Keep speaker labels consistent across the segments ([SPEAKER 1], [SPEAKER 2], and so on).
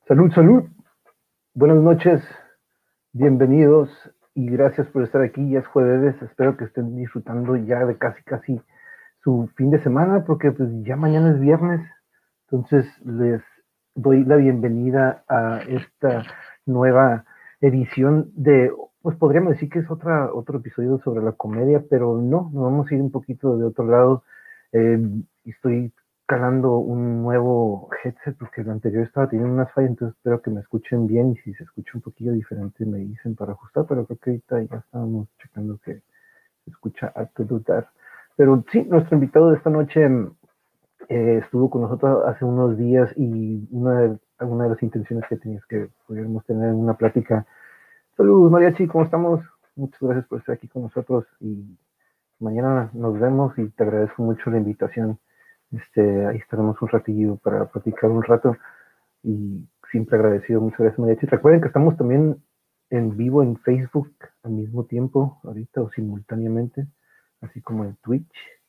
[SPEAKER 1] Salud, salud. Buenas noches, bienvenidos y gracias por estar aquí. Ya es jueves, espero que estén disfrutando ya de casi su fin de semana porque pues ya mañana es viernes. Entonces les doy la bienvenida a esta nueva edición de, pues podríamos decir que es otro episodio sobre la comedia, pero no, nos vamos a ir un poquito de otro lado. Estoy calando un nuevo headset porque el anterior estaba teniendo unas fallas, entonces espero que me escuchen bien y si se escucha un poquillo diferente me dicen para ajustar, pero creo que ahorita ya estábamos checando que se escucha a todo dar. Pero sí, nuestro invitado de esta noche estuvo con nosotros hace unos días y una de las intenciones que tenía es que pudiéramos tener una plática. Saludos, Mariachi, ¿cómo estamos? Muchas gracias por estar aquí con nosotros y mañana nos vemos y te agradezco mucho la invitación. Ahí estaremos un ratillo para platicar un rato y siempre agradecido. Muchas gracias, Mariachi. Recuerden que estamos también en vivo en Facebook al mismo tiempo, ahorita o simultáneamente, así como en Twitch.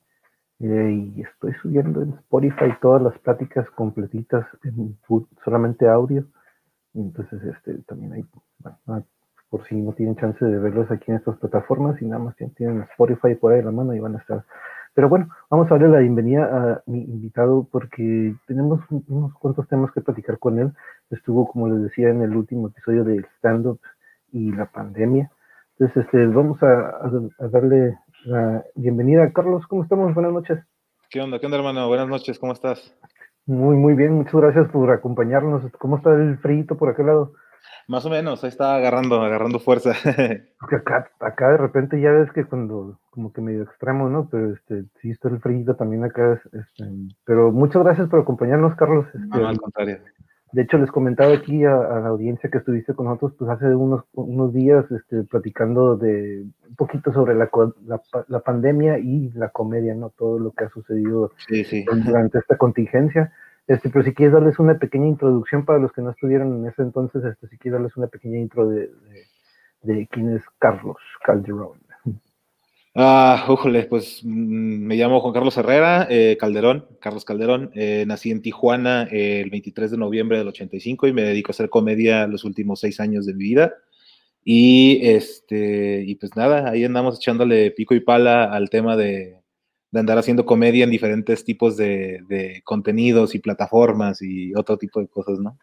[SPEAKER 1] Y estoy subiendo en Spotify todas las pláticas completitas en solamente audio. Entonces, también hay, bueno, por si no tienen chance de verlos aquí en estas plataformas y nada más tienen Spotify por ahí en la mano y van a estar. Pero bueno, vamos a darle la bienvenida a mi invitado porque tenemos unos cuantos temas que platicar con él. Estuvo, como les decía, en el último episodio de stand-up y la pandemia. Entonces, vamos a darle la bienvenida. Carlos, ¿cómo estamos? Buenas noches.
[SPEAKER 2] ¿Qué onda, hermano? Buenas noches, ¿cómo estás?
[SPEAKER 1] Muy bien, muchas gracias por acompañarnos. ¿Cómo está el frío por aquel lado?
[SPEAKER 2] Más o menos, ahí está agarrando fuerza.
[SPEAKER 1] Porque acá de repente ya ves que cuando, como que medio extremo, ¿no? Pero sí está el frío también acá. Pero muchas gracias por acompañarnos, Carlos.
[SPEAKER 2] No, al contrario.
[SPEAKER 1] De hecho, les comentaba aquí a la audiencia que estuviste con nosotros, pues hace unos días, platicando de un poquito sobre la pandemia y la comedia, ¿no? Todo lo que ha sucedido
[SPEAKER 2] Sí.
[SPEAKER 1] durante esta contingencia. Pero si quieres darles una pequeña introducción para los que no estuvieron en ese entonces, si quieres darles una pequeña intro de quién es Carlos Calderón.
[SPEAKER 2] Pues me llamo Juan Carlos Herrera, Carlos Calderón. Nací en Tijuana el 23 de noviembre del 85 y me dedico a hacer comedia los últimos 6 años de mi vida. Y pues nada, ahí andamos echándole pico y pala al tema de andar haciendo comedia en diferentes tipos de contenidos y plataformas y otro tipo de cosas, ¿no?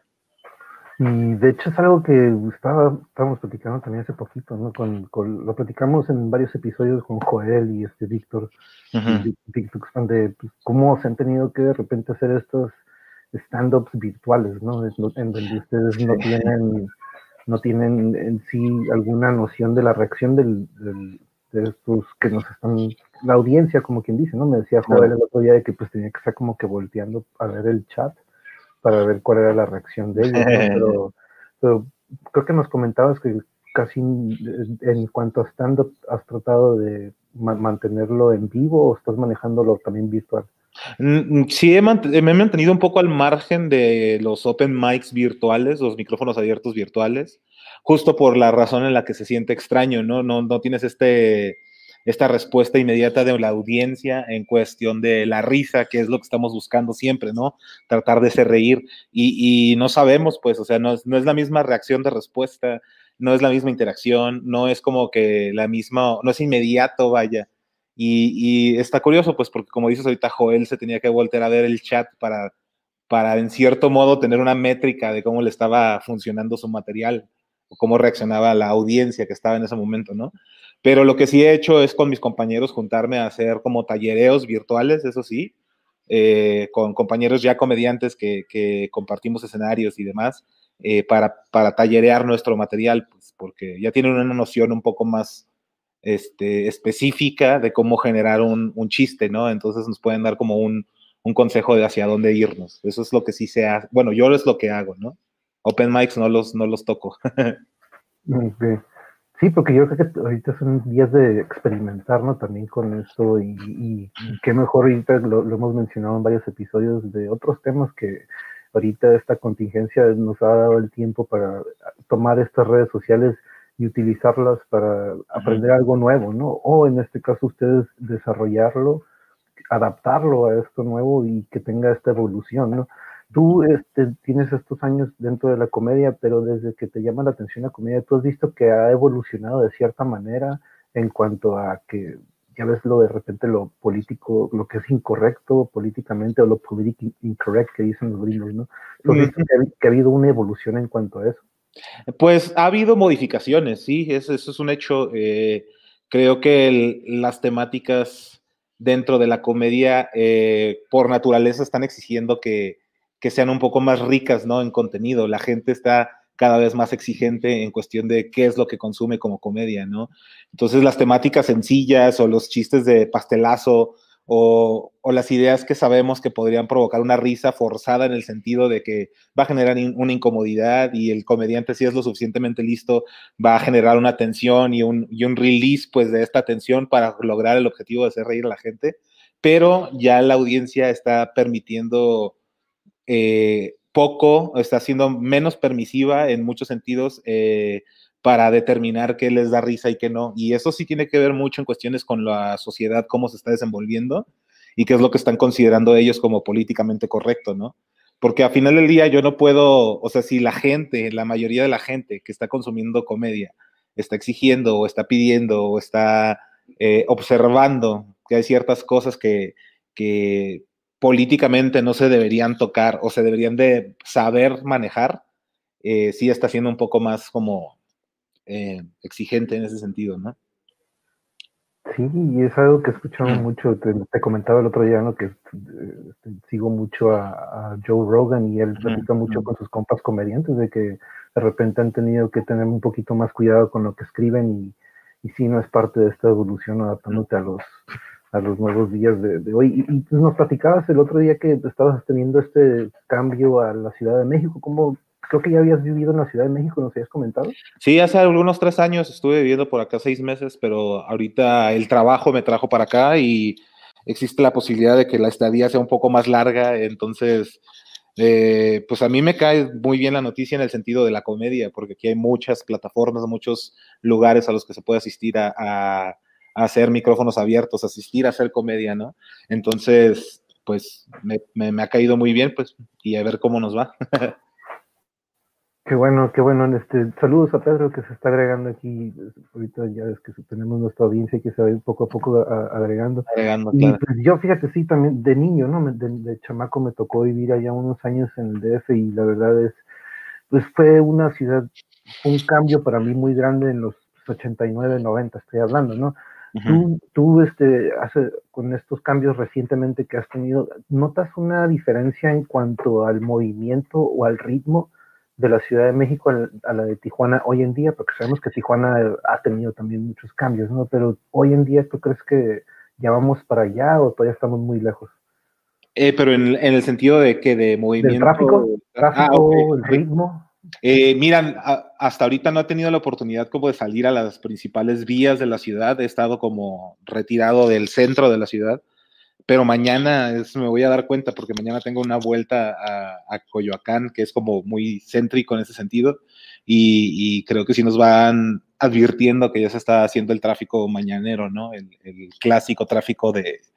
[SPEAKER 1] Y de hecho es algo que estábamos platicando también hace poquito, ¿no? Lo platicamos en varios episodios con Joel y Víctor y
[SPEAKER 2] Uh-huh.
[SPEAKER 1] Víctor de pues, cómo se han tenido que de repente hacer estos stand-ups virtuales, ¿no? En donde ustedes
[SPEAKER 2] Sí.
[SPEAKER 1] no tienen en sí alguna noción de la reacción de estos que nos están, la audiencia, como quien dice, ¿no? Me decía Joel
[SPEAKER 2] Claro.
[SPEAKER 1] el otro día de que pues tenía que estar como que volteando a ver el chat para ver cuál era la reacción de ellos, ¿no? Pero creo que nos comentabas que casi en cuanto a stand-up has tratado de mantenerlo en vivo o estás manejándolo también virtual.
[SPEAKER 2] Sí, me he mantenido un poco al margen de los open mics virtuales, los micrófonos abiertos virtuales, justo por la razón en la que se siente extraño, ¿no? No tienes esta respuesta inmediata de la audiencia en cuestión de la risa, que es lo que estamos buscando siempre, ¿no? Tratar de hacer reír y no sabemos, pues, o sea, no es la misma reacción de respuesta, no es la misma interacción, no es como que no es inmediato, vaya. Y está curioso, pues, porque como dices ahorita, Joel se tenía que voltear a ver el chat para en cierto modo tener una métrica de cómo le estaba funcionando su material o cómo reaccionaba la audiencia que estaba en ese momento, ¿no? Pero lo que sí he hecho es con mis compañeros juntarme a hacer como tallereos virtuales, eso sí, con compañeros ya comediantes que compartimos escenarios y demás, para tallerear nuestro material, pues, porque ya tienen una noción un poco más específica de cómo generar un chiste, ¿no? Entonces nos pueden dar como un consejo de hacia dónde irnos. Eso es lo que sí se hace. Bueno, yo es lo que hago, ¿no? Open mics no los toco.
[SPEAKER 1] Okay. Sí, porque yo creo que ahorita son días de experimentar, ¿no? También con esto y qué mejor ahorita lo hemos mencionado en varios episodios de otros temas que ahorita esta contingencia nos ha dado el tiempo para tomar estas redes sociales y utilizarlas para aprender algo nuevo, ¿no? O en este caso ustedes desarrollarlo, adaptarlo a esto nuevo y que tenga esta evolución, ¿no? Tú tienes estos años dentro de la comedia, pero desde que te llama la atención la comedia, ¿tú has visto que ha evolucionado de cierta manera en cuanto a que ya ves lo de repente lo político, lo que es incorrecto políticamente o lo politically incorrect que dicen los gringos, ¿no? ¿Tú has visto que ha habido una evolución en cuanto a eso?
[SPEAKER 2] Pues ha habido modificaciones, sí, eso es un hecho. Creo que las temáticas dentro de la comedia, por naturaleza, están exigiendo que sean un poco más ricas, ¿no? En contenido. La gente está cada vez más exigente en cuestión de qué es lo que consume como comedia, ¿no? Entonces, las temáticas sencillas o los chistes de pastelazo o las ideas que sabemos que podrían provocar una risa forzada en el sentido de que va a generar una incomodidad y el comediante, si es lo suficientemente listo, va a generar una tensión y un release pues de esta tensión para lograr el objetivo de hacer reír a la gente, pero ya la audiencia está permitiendo poco, está siendo menos permisiva en muchos sentidos para determinar qué les da risa y qué no. Y eso sí tiene que ver mucho en cuestiones con la sociedad, cómo se está desenvolviendo y qué es lo que están considerando ellos como políticamente correcto, ¿no? Porque al final del día yo no puedo, o sea, si la gente, la mayoría de la gente que está consumiendo comedia, está exigiendo o está pidiendo o está observando que hay ciertas cosas que políticamente no se deberían tocar o se deberían de saber manejar, sí está siendo un poco más como exigente en ese sentido, ¿no?
[SPEAKER 1] Sí, y es algo que he escuchado mucho. Te comentaba el otro día, ¿no? Que sigo mucho a Joe Rogan y él platica mucho con sus compas comediantes de que de repente han tenido que tener un poquito más cuidado con lo que escriben y sí, no es parte de esta evolución adaptándote a los nuevos días de hoy. Y pues nos platicabas el otro día que estabas teniendo este cambio a la Ciudad de México. ¿Cómo? Creo que ya habías vivido en la Ciudad de México, ¿nos habías comentado?
[SPEAKER 2] Sí, hace algunos 3 años estuve viviendo por acá 6 meses, pero ahorita el trabajo me trajo para acá y existe la posibilidad de que la estadía sea un poco más larga, entonces, pues a mí me cae muy bien la noticia en el sentido de la comedia, porque aquí hay muchas plataformas, muchos lugares a los que se puede asistir a hacer micrófonos abiertos, asistir a hacer comedia, ¿no? Entonces, pues me ha caído muy bien, pues, y a ver cómo nos va.
[SPEAKER 1] Qué bueno, qué bueno. Saludos a Pedro que se está agregando aquí. Ahorita ya es que tenemos nuestra audiencia que se va a ir poco a poco agregando.
[SPEAKER 2] Agregando,
[SPEAKER 1] Y
[SPEAKER 2] claro.
[SPEAKER 1] pues yo, fíjate, sí, también de niño, ¿no? De chamaco me tocó vivir allá unos años en el DF y la verdad es, pues fue una ciudad, fue un cambio para mí muy grande en los 89, 90, estoy hablando, ¿no? Tú, con estos cambios recientemente que has tenido, ¿notas una diferencia en cuanto al movimiento o al ritmo de la Ciudad de México a la de Tijuana hoy en día? Porque sabemos que Tijuana ha tenido también muchos cambios, ¿no? Pero hoy en día, ¿tú crees que ya vamos para allá o todavía estamos muy lejos?
[SPEAKER 2] Pero en el sentido de que de
[SPEAKER 1] Del
[SPEAKER 2] movimiento.
[SPEAKER 1] tráfico,
[SPEAKER 2] Ok,
[SPEAKER 1] el
[SPEAKER 2] ok.
[SPEAKER 1] ritmo.
[SPEAKER 2] Mira, hasta ahorita no he tenido la oportunidad como de salir a las principales vías de la ciudad, he estado como retirado del centro de la ciudad, pero mañana me voy a dar cuenta porque mañana tengo una vuelta a Coyoacán, que es como muy céntrico en ese sentido, y creo que sí nos van advirtiendo que ya se está haciendo el tráfico mañanero, ¿no? El clásico tráfico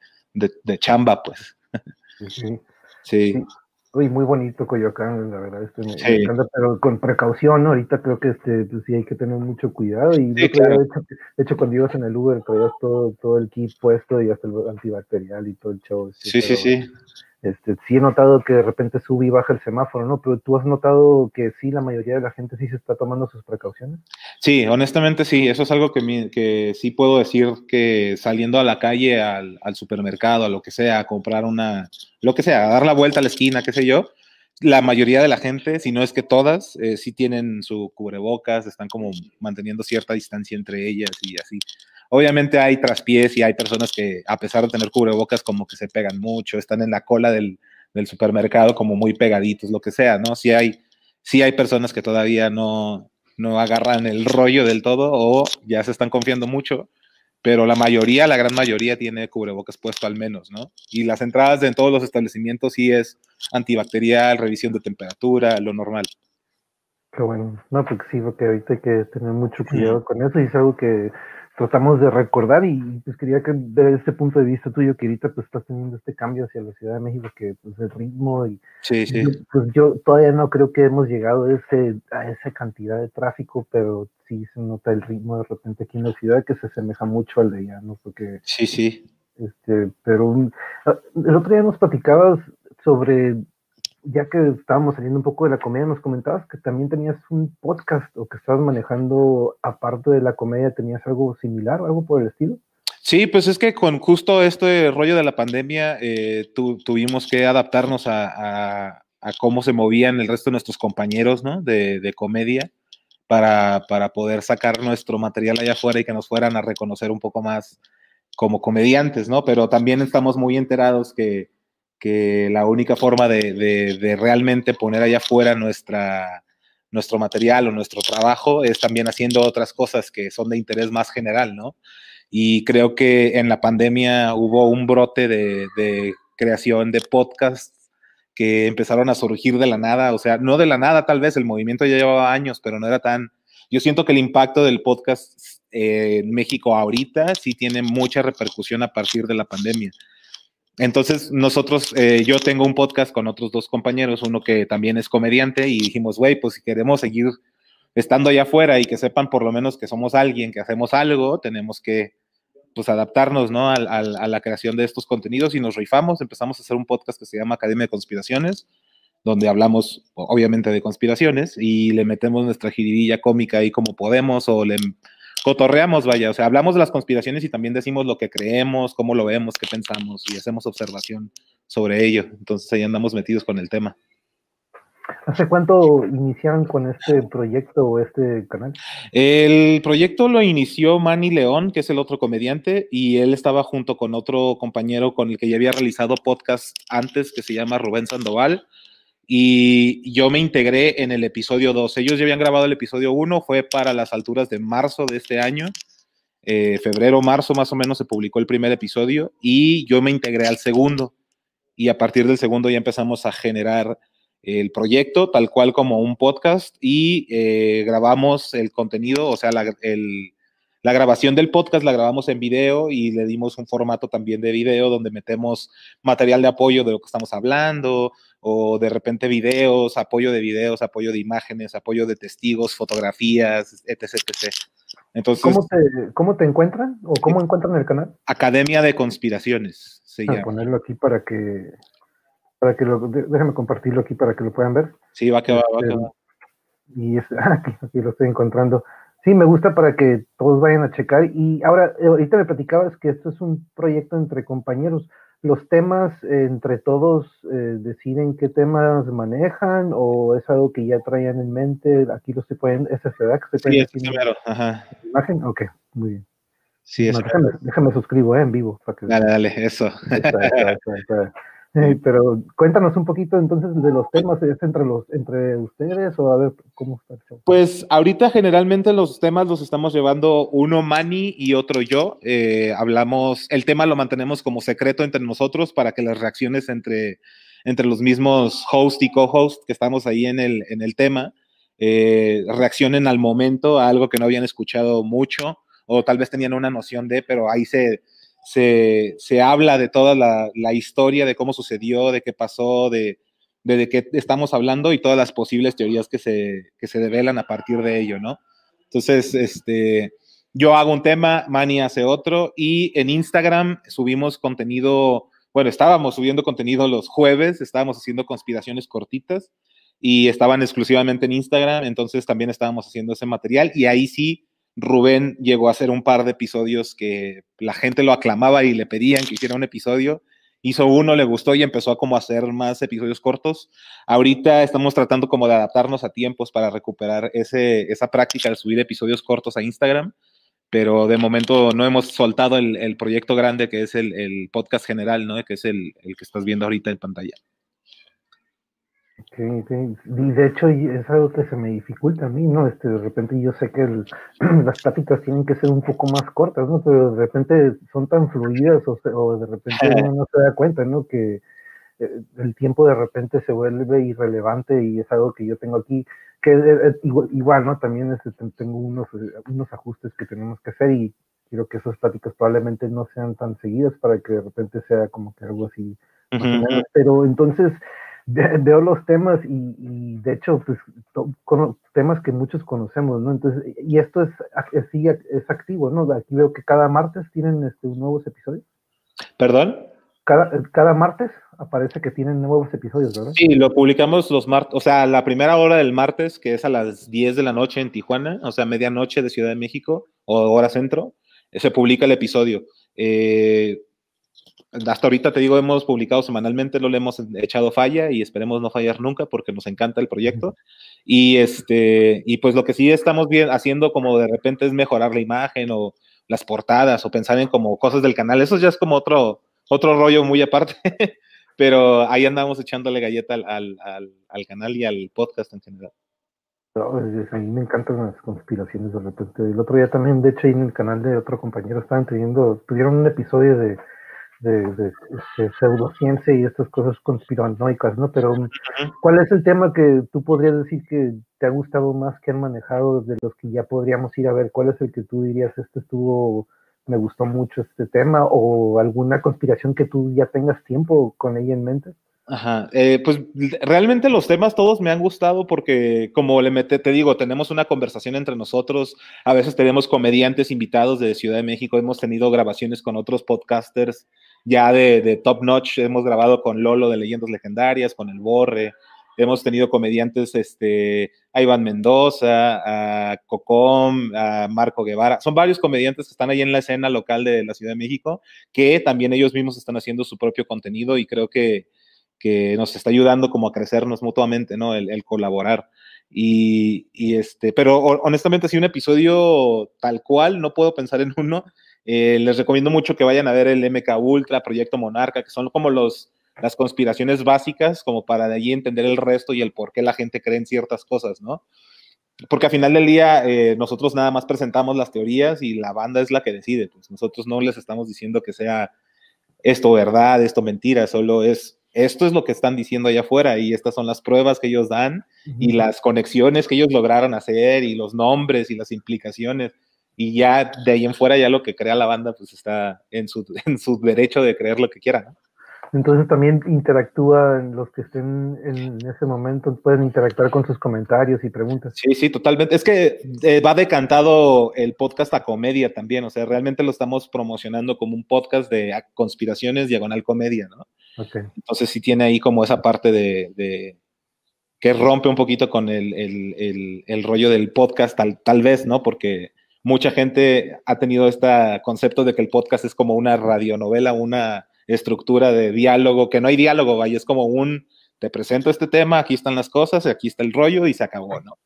[SPEAKER 2] de chamba, pues.
[SPEAKER 1] Sí,
[SPEAKER 2] Sí,
[SPEAKER 1] sí. Uy, muy bonito Coyoacán, la verdad, me
[SPEAKER 2] sí,
[SPEAKER 1] encanta, pero con precaución, ¿no? Ahorita creo que pues sí hay que tener mucho cuidado. Y el
[SPEAKER 2] sí,
[SPEAKER 1] otro día,
[SPEAKER 2] claro.
[SPEAKER 1] de hecho, cuando ibas en el Uber, traías todo el kit puesto y hasta el antibacterial y todo el show,
[SPEAKER 2] Sí, sí,
[SPEAKER 1] pero
[SPEAKER 2] sí.
[SPEAKER 1] sí he notado que de repente sube y baja el semáforo, ¿no? Pero tú has notado que sí, la mayoría de la gente sí se está tomando sus precauciones.
[SPEAKER 2] Sí, honestamente sí, eso es algo que sí puedo decir que saliendo a la calle, al supermercado, a lo que sea, a comprar lo que sea, a dar la vuelta a la esquina, qué sé yo, la mayoría de la gente, si no es que todas, sí tienen su cubrebocas, están como manteniendo cierta distancia entre ellas y así. Obviamente hay traspiés y hay personas que a pesar de tener cubrebocas como que se pegan mucho, están en la cola del supermercado como muy pegaditos, lo que sea, ¿no? Sí hay personas que todavía no agarran el rollo del todo o ya se están confiando mucho, pero la mayoría, la gran mayoría tiene cubrebocas puesto al menos, ¿no? Y las entradas en todos los establecimientos sí es antibacterial, revisión de temperatura, lo normal.
[SPEAKER 1] Qué bueno. No, porque sí, porque ahorita hay que tener mucho cuidado con eso y es algo que tratamos de recordar y pues quería ver este punto de vista tuyo que ahorita pues estás teniendo este cambio hacia la Ciudad de México, que pues el ritmo y
[SPEAKER 2] Sí, sí.
[SPEAKER 1] pues yo todavía no creo que hemos llegado a esa cantidad de tráfico, pero sí se nota el ritmo de repente aquí en la ciudad que se asemeja mucho al de allá, ¿no? Porque
[SPEAKER 2] Sí, sí.
[SPEAKER 1] pero el otro día nos platicabas sobre, ya que estábamos saliendo un poco de la comedia, nos comentabas que también tenías un podcast o que estabas manejando, aparte de la comedia, ¿tenías algo similar o algo por el estilo?
[SPEAKER 2] Sí, pues es que con justo este rollo de la pandemia tuvimos que adaptarnos a cómo se movían el resto de nuestros compañeros, ¿no? De comedia para poder sacar nuestro material allá afuera y que nos fueran a reconocer un poco más como comediantes, ¿no? Pero también estamos muy enterados que la única forma de realmente poner allá afuera nuestro material o nuestro trabajo es también haciendo otras cosas que son de interés más general, ¿no? Y creo que en la pandemia hubo un brote de creación de podcasts que empezaron a surgir de la nada, o sea, no de la nada tal vez, el movimiento ya llevaba años, pero no era tan... Yo siento que el impacto del podcast en México ahorita sí tiene mucha repercusión a partir de la pandemia. Entonces nosotros, yo tengo un podcast con otros dos compañeros, uno que también es comediante y dijimos, güey, pues si queremos seguir estando allá afuera y que sepan por lo menos que somos alguien, que hacemos algo, tenemos que pues adaptarnos, ¿no? A la creación de estos contenidos y nos rifamos, empezamos a hacer un podcast que se llama Academia de Conspiraciones, donde hablamos obviamente de conspiraciones y le metemos nuestra jiribilla cómica ahí como podemos o le cotorreamos, vaya, o sea, hablamos de las conspiraciones y también decimos lo que creemos, cómo lo vemos, qué pensamos y hacemos observación sobre ello. Entonces ahí andamos metidos con el tema.
[SPEAKER 1] ¿Hace cuánto iniciaron con este proyecto o este canal?
[SPEAKER 2] El proyecto lo inició Manny León, que es el otro comediante, y él estaba junto con otro compañero con el que ya había realizado podcast antes, que se llama Rubén Sandoval, y yo me integré en el episodio 2. Ellos ya habían grabado el episodio 1, fue para las alturas de marzo de este año, febrero, marzo más o menos se publicó el primer episodio, y yo me integré al segundo, y a partir del segundo ya empezamos a generar el proyecto tal cual como un podcast y grabamos el contenido, o sea, la grabación del podcast la grabamos en video y le dimos un formato también de video donde metemos material de apoyo de lo que estamos hablando o de repente videos, apoyo de videos, apoyo de imágenes, apoyo de testigos, fotografías, etc, etc. Entonces,
[SPEAKER 1] ¿Cómo te encuentran o cómo encuentran el canal?
[SPEAKER 2] Academia de Conspiraciones se
[SPEAKER 1] A
[SPEAKER 2] llama.
[SPEAKER 1] ponerlo aquí para que déjame compartirlo aquí para que lo puedan ver.
[SPEAKER 2] Sí, va que va, va que va.
[SPEAKER 1] Y aquí lo estoy encontrando. Sí, me gusta para que todos vayan a checar. Y ahora, ahorita me platicabas que esto es un proyecto entre compañeros. ¿Los temas entre todos deciden qué temas manejan o es algo que ya traían en mente? Aquí lo estoy poniendo, ¿es esa edad que estoy
[SPEAKER 2] Sí,
[SPEAKER 1] poniendo
[SPEAKER 2] es
[SPEAKER 1] aquí en
[SPEAKER 2] primero. Ajá.
[SPEAKER 1] la imagen? Ok, muy bien.
[SPEAKER 2] Sí, es
[SPEAKER 1] Déjame suscribo en vivo para que
[SPEAKER 2] Dale, dale, eso.
[SPEAKER 1] ahí está. Pero cuéntanos un poquito entonces de los temas, ¿es entre ustedes o a ver cómo está el show?
[SPEAKER 2] Pues ahorita generalmente los temas los estamos llevando uno Manny y otro yo. Hablamos, el tema lo mantenemos como secreto entre nosotros para que las reacciones entre los mismos host y co-host que estamos ahí en el tema reaccionen al momento a algo que no habían escuchado mucho o tal vez tenían una noción de, pero ahí se habla de toda la historia, de cómo sucedió, de qué pasó, de qué estamos hablando y todas las posibles teorías que se develan a partir de ello, ¿no? Entonces, yo hago un tema, Manny hace otro y en Instagram subimos contenido, bueno, estábamos subiendo contenido los jueves, estábamos haciendo conspiraciones cortitas y estaban exclusivamente en Instagram, entonces también estábamos haciendo ese material y ahí sí Rubén llegó a hacer un par de episodios que la gente lo aclamaba y le pedían que hiciera un episodio. Hizo uno, le gustó y empezó a como hacer más episodios cortos. Ahorita estamos tratando como de adaptarnos a tiempos para recuperar esa práctica de subir episodios cortos a Instagram, pero de momento no hemos soltado el proyecto grande que es el podcast general, ¿no? Que es el que estás viendo ahorita en pantalla.
[SPEAKER 1] Okay. Y de hecho es algo que se me dificulta a mí, ¿no? De repente yo sé que las pláticas tienen que ser un poco más cortas, ¿no? Pero de repente son tan fluidas o de repente uno no se da cuenta, ¿no? Que el tiempo de repente se vuelve irrelevante y es algo que yo tengo aquí, que igual, ¿no? También tengo unos ajustes que tenemos que hacer y quiero que esas pláticas probablemente no sean tan seguidas para que de repente sea como que algo así, más o menos. Pero entonces veo los temas y de hecho, pues, temas que muchos conocemos, ¿no? Entonces, y esto es activo, ¿no? Aquí veo que cada martes tienen nuevos episodios.
[SPEAKER 2] ¿Perdón?
[SPEAKER 1] Cada martes aparece que tienen nuevos episodios, ¿verdad?
[SPEAKER 2] Sí, lo publicamos los martes, o sea, la primera hora del martes, que es a las 10 de la noche en Tijuana, o sea, medianoche de Ciudad de México, o hora centro, se publica el episodio. Hasta ahorita te digo, hemos publicado semanalmente, no le hemos echado falla y esperemos no fallar nunca porque nos encanta el proyecto. Y pues lo que sí estamos haciendo como de repente es mejorar la imagen o las portadas o pensar en como cosas del canal. Eso ya es como otro rollo muy aparte, pero ahí andamos echándole galleta al canal y al podcast en general.
[SPEAKER 1] No, a mí me encantan las conspiraciones de repente. El otro día también, de hecho, ahí en el canal de otro compañero estaban tuvieron un episodio de pseudociencia y estas cosas conspiranoicas, ¿no? Pero, ¿cuál es el tema que tú podrías decir que te ha gustado más, que han manejado, de los que ya podríamos ir a ver? ¿Cuál es el que tú dirías, me gustó mucho este tema, o alguna conspiración que tú ya tengas tiempo con ella en mente?
[SPEAKER 2] Ajá, pues realmente los temas todos me han gustado porque como te digo, tenemos una conversación entre nosotros, a veces tenemos comediantes invitados de Ciudad de México, hemos tenido grabaciones con otros podcasters ya de top notch, hemos grabado con Lolo de Leyendas Legendarias, con El Borre, hemos tenido comediantes, a Iván Mendoza, a Cocom, a Marco Guevara, son varios comediantes que están ahí en la escena local de la Ciudad de México, que también ellos mismos están haciendo su propio contenido y creo que nos está ayudando como a crecernos mutuamente, ¿no? El colaborar. Pero honestamente, si un episodio tal cual, no puedo pensar en uno. Les recomiendo mucho que vayan a ver el MK Ultra, Proyecto Monarca, que son como las conspiraciones básicas, como para de allí entender el resto y el por qué la gente cree en ciertas cosas, ¿no? Porque al final del día, nosotros nada más presentamos las teorías y la banda es la que decide, pues nosotros no les estamos diciendo que sea esto verdad, esto mentira, solo esto es lo que están diciendo allá afuera y estas son las pruebas que ellos dan y las conexiones que ellos lograron hacer y los nombres y las implicaciones y ya de ahí en fuera ya lo que crea la banda pues está en su derecho de creer lo que quiera, ¿no?
[SPEAKER 1] Entonces también interactúan los que estén en ese momento, pueden interactuar con sus comentarios y preguntas.
[SPEAKER 2] Sí, totalmente. Es que va decantado el podcast a comedia también, o sea, realmente lo estamos promocionando como un podcast de conspiraciones diagonal comedia, ¿no?
[SPEAKER 1] Okay.
[SPEAKER 2] Entonces sí tiene ahí como esa parte de que rompe un poquito con el rollo del podcast, tal vez, ¿no? Porque mucha gente ha tenido este concepto de que el podcast es como una radionovela, una estructura de diálogo, que no hay diálogo, vaya, es como te presento este tema, aquí están las cosas, aquí está el rollo y se acabó, ¿no?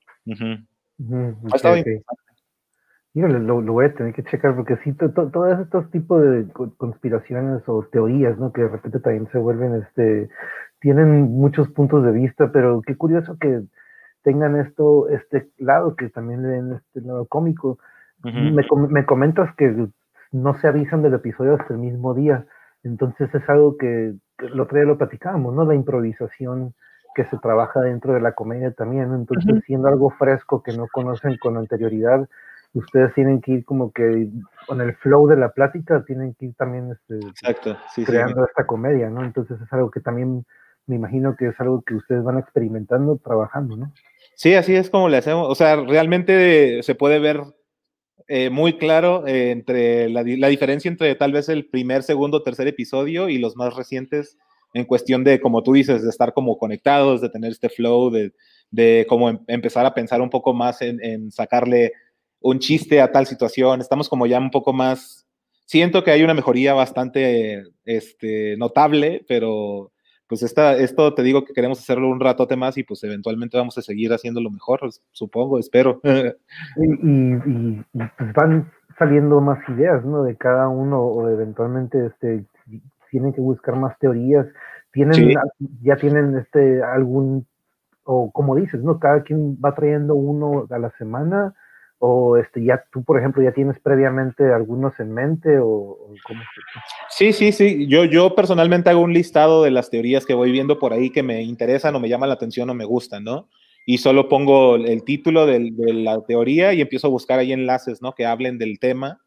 [SPEAKER 1] Okay. Lo voy a tener que checar porque sí, todos estos tipos de conspiraciones o teorías, ¿no? Que de repente también se vuelven, tienen muchos puntos de vista, pero qué curioso que tengan este lado, que también le den este lado cómico. Me comentas que no se avisan del episodio hasta el mismo día, entonces es algo que el otro día lo platicábamos, ¿no? La improvisación que se trabaja dentro de la comedia también, ¿no? Entonces, siendo algo fresco que no conocen con anterioridad, ustedes tienen que ir como que con el flow de la plática, tienen que ir también
[SPEAKER 2] Exacto.
[SPEAKER 1] creando esta comedia, ¿no? Entonces es algo que también me imagino que es algo que ustedes van experimentando, trabajando, ¿no?
[SPEAKER 2] Sí, así es como le hacemos. O sea, realmente se puede ver muy claro entre la diferencia entre tal vez el primer, segundo, tercer episodio y los más recientes en cuestión de, como tú dices, de estar como conectados, de tener este flow, de como empezar a pensar un poco más en sacarle un chiste a tal situación. Estamos como ya un poco más, siento que hay una mejoría bastante notable, pero pues esto te digo que queremos hacerlo un ratote más y pues eventualmente vamos a seguir haciéndolo mejor, supongo, espero.
[SPEAKER 1] Y pues van saliendo más ideas, ¿no? De cada uno, o eventualmente tienen que buscar más teorías, ya tienen algún, o como dices, ¿no? Cada quien va trayendo uno a la semana, o ya tú, por ejemplo, ya tienes previamente algunos en mente, o cómo
[SPEAKER 2] Sí. Yo personalmente hago un listado de las teorías que voy viendo por ahí que me interesan o me llaman la atención o me gustan, ¿no? Y solo pongo el título de la teoría y empiezo a buscar ahí enlaces, ¿no? Que hablen del tema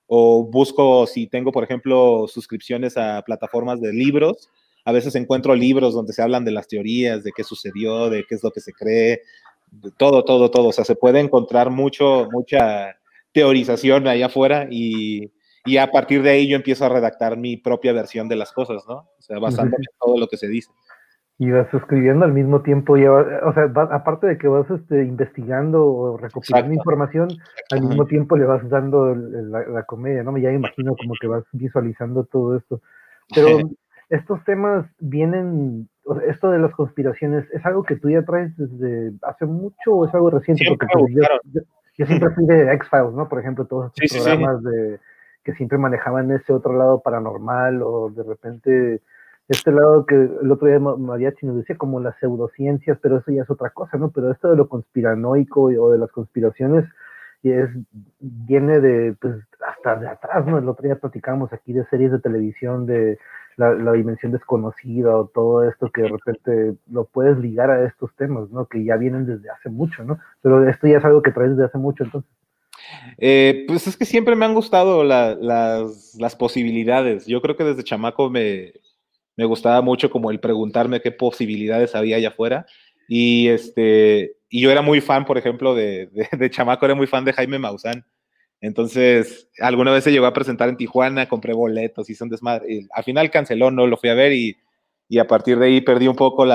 [SPEAKER 2] o busco si tengo, por ejemplo, suscripciones a plataformas de libros. A veces encuentro libros donde se hablan de las teorías, de qué sucedió, de qué es lo que se cree, de todo, todo, todo. O sea, se puede encontrar mucha teorización allá afuera y a partir de ahí yo empiezo a redactar mi propia versión de las cosas, ¿no? O sea, basándome en todo lo que se dice.
[SPEAKER 1] Y vas escribiendo al mismo tiempo, ya, o sea, aparte de que vas investigando o recopilando
[SPEAKER 2] Exacto.
[SPEAKER 1] información, al mismo tiempo le vas dando la comedia, ¿no? Ya me imagino como que vas visualizando todo esto. Pero estos temas vienen, o sea, esto de las conspiraciones, ¿es algo que tú ya traes desde hace mucho o es algo reciente?
[SPEAKER 2] Siempre
[SPEAKER 1] Porque
[SPEAKER 2] me
[SPEAKER 1] pues,
[SPEAKER 2] gustaron.
[SPEAKER 1] yo siempre fui de X-Files, ¿no? Por ejemplo, todos estos
[SPEAKER 2] Sí, sí, sí.
[SPEAKER 1] programas que siempre manejaban ese otro lado paranormal o de repente este lado que el otro día Mariachi nos decía como las pseudociencias, pero eso ya es otra cosa, ¿no? Pero esto de lo conspiranoico o de las conspiraciones viene de, pues, hasta de atrás, ¿no? El otro día platicamos aquí de series de televisión, de la dimensión desconocida o todo esto que de repente lo puedes ligar a estos temas, ¿no? Que ya vienen desde hace mucho, ¿no? Pero esto ya es algo que traes desde hace mucho, entonces.
[SPEAKER 2] Pues es que siempre me han gustado las posibilidades. Yo creo que desde chamaco me gustaba mucho como el preguntarme qué posibilidades había allá afuera. Y yo era muy fan, por ejemplo, de chamaco, era muy fan de Jaime Maussan. Entonces, alguna vez se llegó a presentar en Tijuana, compré boletos, hice un desmadre. Y al final canceló, no lo fui a ver y a partir de ahí perdí un poco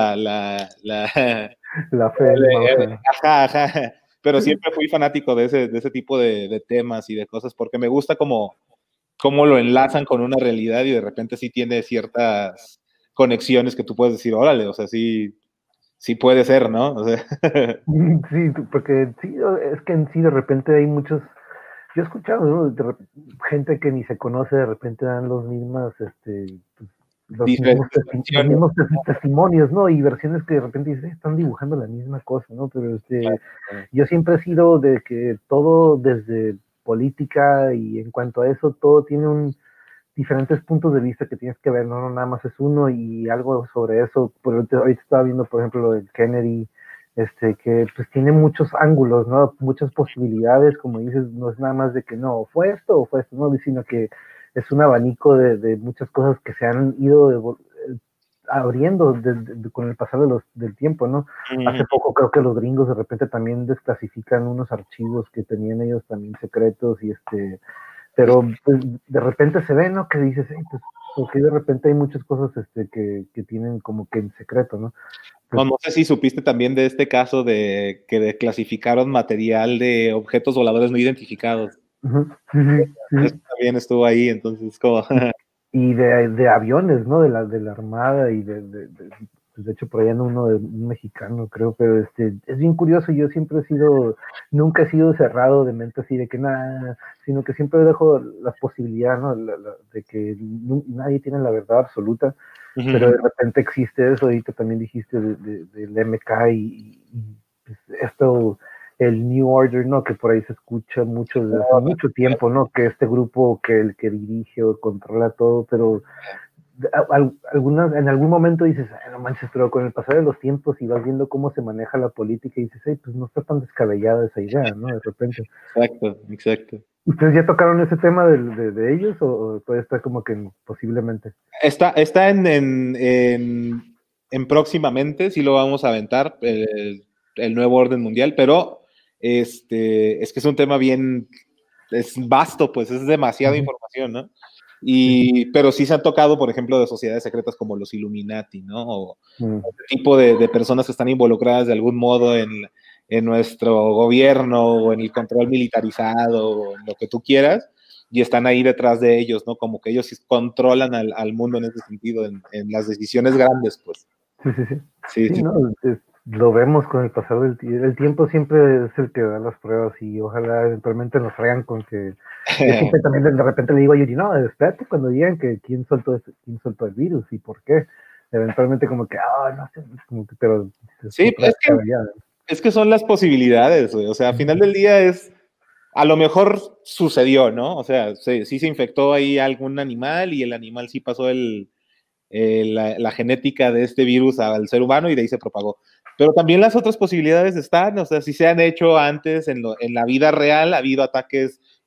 [SPEAKER 1] La fe en Maussan.
[SPEAKER 2] Ajá, ajá. Pero siempre fui fanático de ese tipo de temas y de cosas porque me gusta cómo lo enlazan con una realidad y de repente sí tiene ciertas conexiones que tú puedes decir, órale, o sea, sí, sí puede ser, ¿no? O sea,
[SPEAKER 1] Sí, porque sí, es que en sí de repente hay muchos, yo he escuchado, ¿no? Gente que ni se conoce, de repente dan pues,
[SPEAKER 2] diferentes
[SPEAKER 1] los
[SPEAKER 2] versiones.
[SPEAKER 1] mismos testimonios, ¿no? Y versiones que de repente dices, están dibujando la misma cosa, ¿no? Pero yo siempre he sido de que todo desde política y en cuanto a eso, todo tiene diferentes puntos de vista que tienes que ver, no nada más es uno y algo sobre eso. Ahorita estaba viendo, por ejemplo, lo de Kennedy, que pues tiene muchos ángulos, ¿no? Muchas posibilidades, como dices, no es nada más de que no, fue esto o fue esto, no, sino que es un abanico de muchas cosas que se han ido abriendo con el pasar del tiempo, ¿no? Hace poco creo que los gringos de repente también desclasifican unos archivos que tenían ellos también secretos y pero pues, de repente se ve, ¿no? Que dices, hey, pues, porque de repente hay muchas cosas que tienen como que en secreto, ¿no? Pues,
[SPEAKER 2] No sé si supiste también de este caso de que desclasificaron material de objetos voladores no identificados. Eso
[SPEAKER 1] sí.
[SPEAKER 2] también estuvo ahí, entonces como...
[SPEAKER 1] Y de aviones, ¿no? De la Armada y pues de hecho por allá en uno de un mexicano, creo, pero es bien curioso, yo siempre nunca he sido cerrado de mente así de que nada, sino que siempre dejo las posibilidades, ¿no? De que nadie tiene la verdad absoluta, pero de repente existe eso, ahorita también dijiste del MK y pues esto, el New Order, ¿no? Que por ahí se escucha mucho desde hace mucho tiempo, ¿no? Que este grupo que el que dirige o controla todo, pero en algún momento dices, ay, no manches, pero con el pasar de los tiempos y vas viendo cómo se maneja la política y dices, hey, pues no está tan descabellada esa idea, ¿no? De repente.
[SPEAKER 2] Exacto, exacto.
[SPEAKER 1] ¿Ustedes ya tocaron ese tema de ellos o todavía está como que posiblemente?
[SPEAKER 2] Está en próximamente, sí lo vamos a aventar, el nuevo orden mundial, pero es que es un tema es vasto, pues es demasiada información, ¿no? Pero sí se han tocado, por ejemplo, de sociedades secretas como los Illuminati, ¿no? O este tipo de personas que están involucradas de algún modo en nuestro gobierno o en el control militarizado o en lo que tú quieras y están ahí detrás de ellos, ¿no? Como que ellos controlan al mundo en ese sentido, en las decisiones grandes, pues.
[SPEAKER 1] Sí.
[SPEAKER 2] Sí,
[SPEAKER 1] Sí,
[SPEAKER 2] sí.
[SPEAKER 1] no, lo vemos con el pasar del tiempo. El tiempo siempre es el que da las pruebas y ojalá eventualmente nos traigan con que... Yo siempre también de repente le digo a Yuri, no, espérate cuando digan que quién soltó el virus y por qué. Eventualmente como que, no sé, como que, pero...
[SPEAKER 2] Sí, es que son las posibilidades, güey. O sea, a final del día a lo mejor sucedió, ¿no? O sea, sí se infectó ahí algún animal y el animal sí pasó la genética de este virus al ser humano y de ahí se propagó. Pero también las otras posibilidades están, o sea, si se han hecho antes en la vida real, ha habido ataques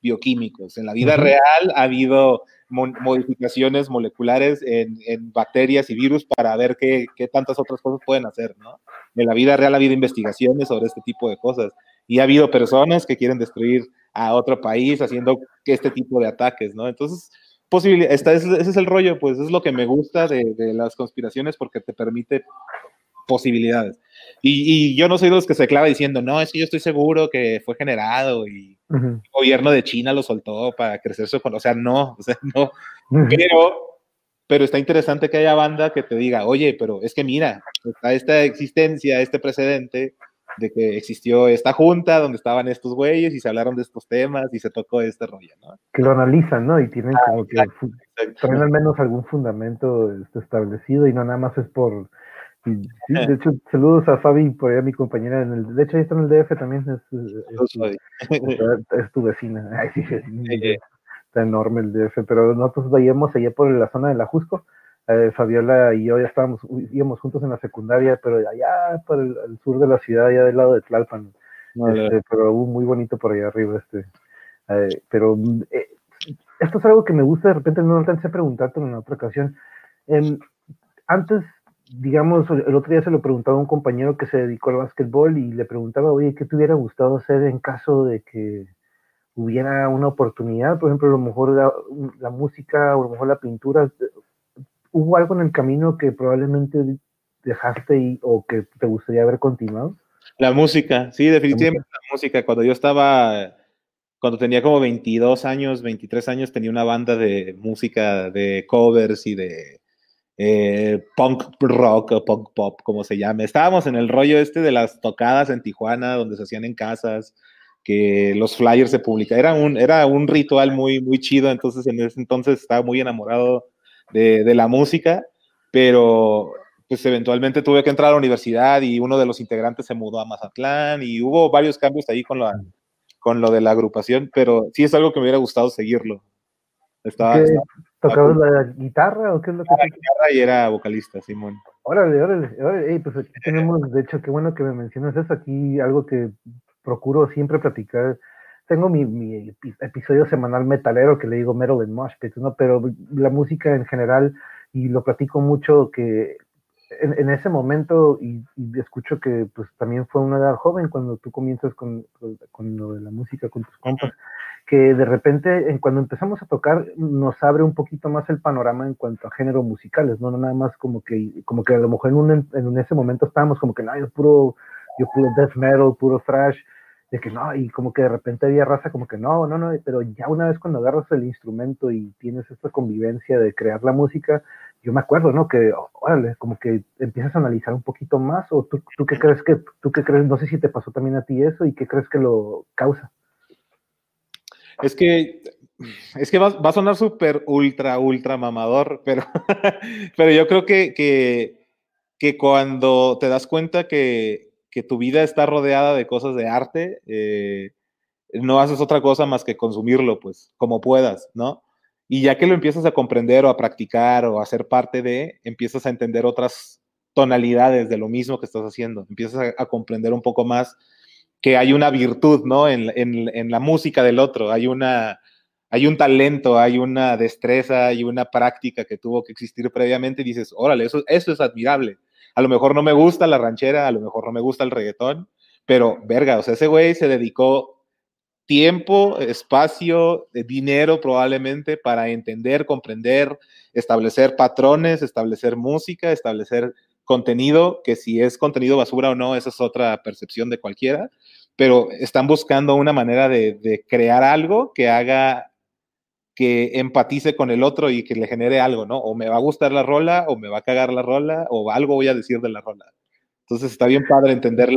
[SPEAKER 2] bioquímicos. En la vida real ha habido modificaciones moleculares en bacterias y virus para ver qué tantas otras cosas pueden hacer, ¿no? En la vida real ha habido investigaciones sobre este tipo de cosas y ha habido personas que quieren destruir a otro país haciendo este tipo de ataques, ¿no? Entonces, ese es el rollo, pues es lo que me gusta de las conspiraciones porque te permite posibilidades. Y yo no soy de los que se clava diciendo, no, es que yo estoy seguro que fue generado y el gobierno de China lo soltó para crecer su economía. O sea, no. Pero está interesante que haya banda que te diga, oye, pero es que mira, está esta existencia, este precedente de que existió esta junta donde estaban estos güeyes y se hablaron de estos temas y se tocó este rollo, ¿no?
[SPEAKER 1] Que lo analizan, ¿no? Y tienen como que traen al menos algún fundamento establecido y no nada más es por... Y, sí, de hecho, saludos a Fabi, por allá mi compañera, de hecho ahí está en el DF también, es tu vecina. Ay, sí, está enorme el DF, pero nosotros veíamos allá por la zona de la Jusco, Fabiola y yo ya íbamos juntos en la secundaria, pero allá por el sur de la ciudad, allá del lado de Tlalpan, pero muy bonito por allá arriba, pero esto es algo que me gusta, de repente no alcancé a preguntarte en otra ocasión. Antes, digamos, el otro día se lo preguntaba a un compañero que se dedicó al básquetbol y le preguntaba, oye, ¿qué te hubiera gustado hacer en caso de que hubiera una oportunidad? Por ejemplo, a lo mejor la música o a lo mejor la pintura. ¿Hubo algo en el camino que probablemente dejaste o que te gustaría haber continuado?
[SPEAKER 2] La música, sí, definitivamente la música. Cuando tenía como 22 años, 23 años, tenía una banda de música de covers y de punk rock o punk pop, como se llame. Estábamos en el rollo de las tocadas en Tijuana, donde se hacían en casas, que los flyers se publicaban. Era un ritual muy, muy chido, entonces en ese entonces estaba muy enamorado de la música, pero pues eventualmente tuve que entrar a la universidad y uno de los integrantes se mudó a Mazatlán y hubo varios cambios ahí con lo de la agrupación, pero sí es algo que me hubiera gustado seguirlo.
[SPEAKER 1] ¿Tocabas la guitarra o qué es lo que
[SPEAKER 2] la guitarra y era vocalista, Simón.
[SPEAKER 1] Órale. Pues aquí tenemos, de hecho, qué bueno que me mencionas eso. Aquí algo que procuro siempre platicar. Tengo mi episodio semanal metalero que le digo Metal and Mosh Pit, ¿no? Pero la música en general, y lo platico mucho, que en ese momento, y escucho que pues también fue una edad joven cuando tú comienzas con lo de la música, con tus compas, que de repente cuando empezamos a tocar nos abre un poquito más el panorama en cuanto a géneros musicales, no nada más como que a lo mejor en ese momento estábamos como que no, yo puro death metal, puro thrash, de que no, y como que de repente había raza como que no, pero ya una vez cuando agarras el instrumento y tienes esta convivencia de crear la música, yo me acuerdo, ¿no? Que, órale, como que empiezas a analizar un poquito más, o tú qué crees, no sé si te pasó también a ti eso, y qué crees que lo causa.
[SPEAKER 2] Es que va a sonar súper ultra mamador, pero yo creo que cuando te das cuenta que tu vida está rodeada de cosas de arte, no haces otra cosa más que consumirlo, pues, como puedas, ¿no? Y ya que lo empiezas a comprender o a practicar o a ser parte de, empiezas a entender otras tonalidades de lo mismo que estás haciendo. Empiezas a comprender un poco más que hay una virtud, ¿no? En la música del otro. Hay un talento, hay una destreza, hay una práctica que tuvo que existir previamente y dices, órale, eso es admirable. A lo mejor no me gusta la ranchera, a lo mejor no me gusta el reggaetón, pero verga, o sea, ese güey se dedicó tiempo, espacio, dinero probablemente para entender, comprender, establecer patrones, establecer música, establecer contenido, que si es contenido basura o no, esa es otra percepción de cualquiera, pero están buscando una manera de crear algo que haga que empatice con el otro y que le genere algo, ¿no? O me va a gustar la rola, o me va a cagar la rola, o algo voy a decir de la rola. Entonces está bien padre entender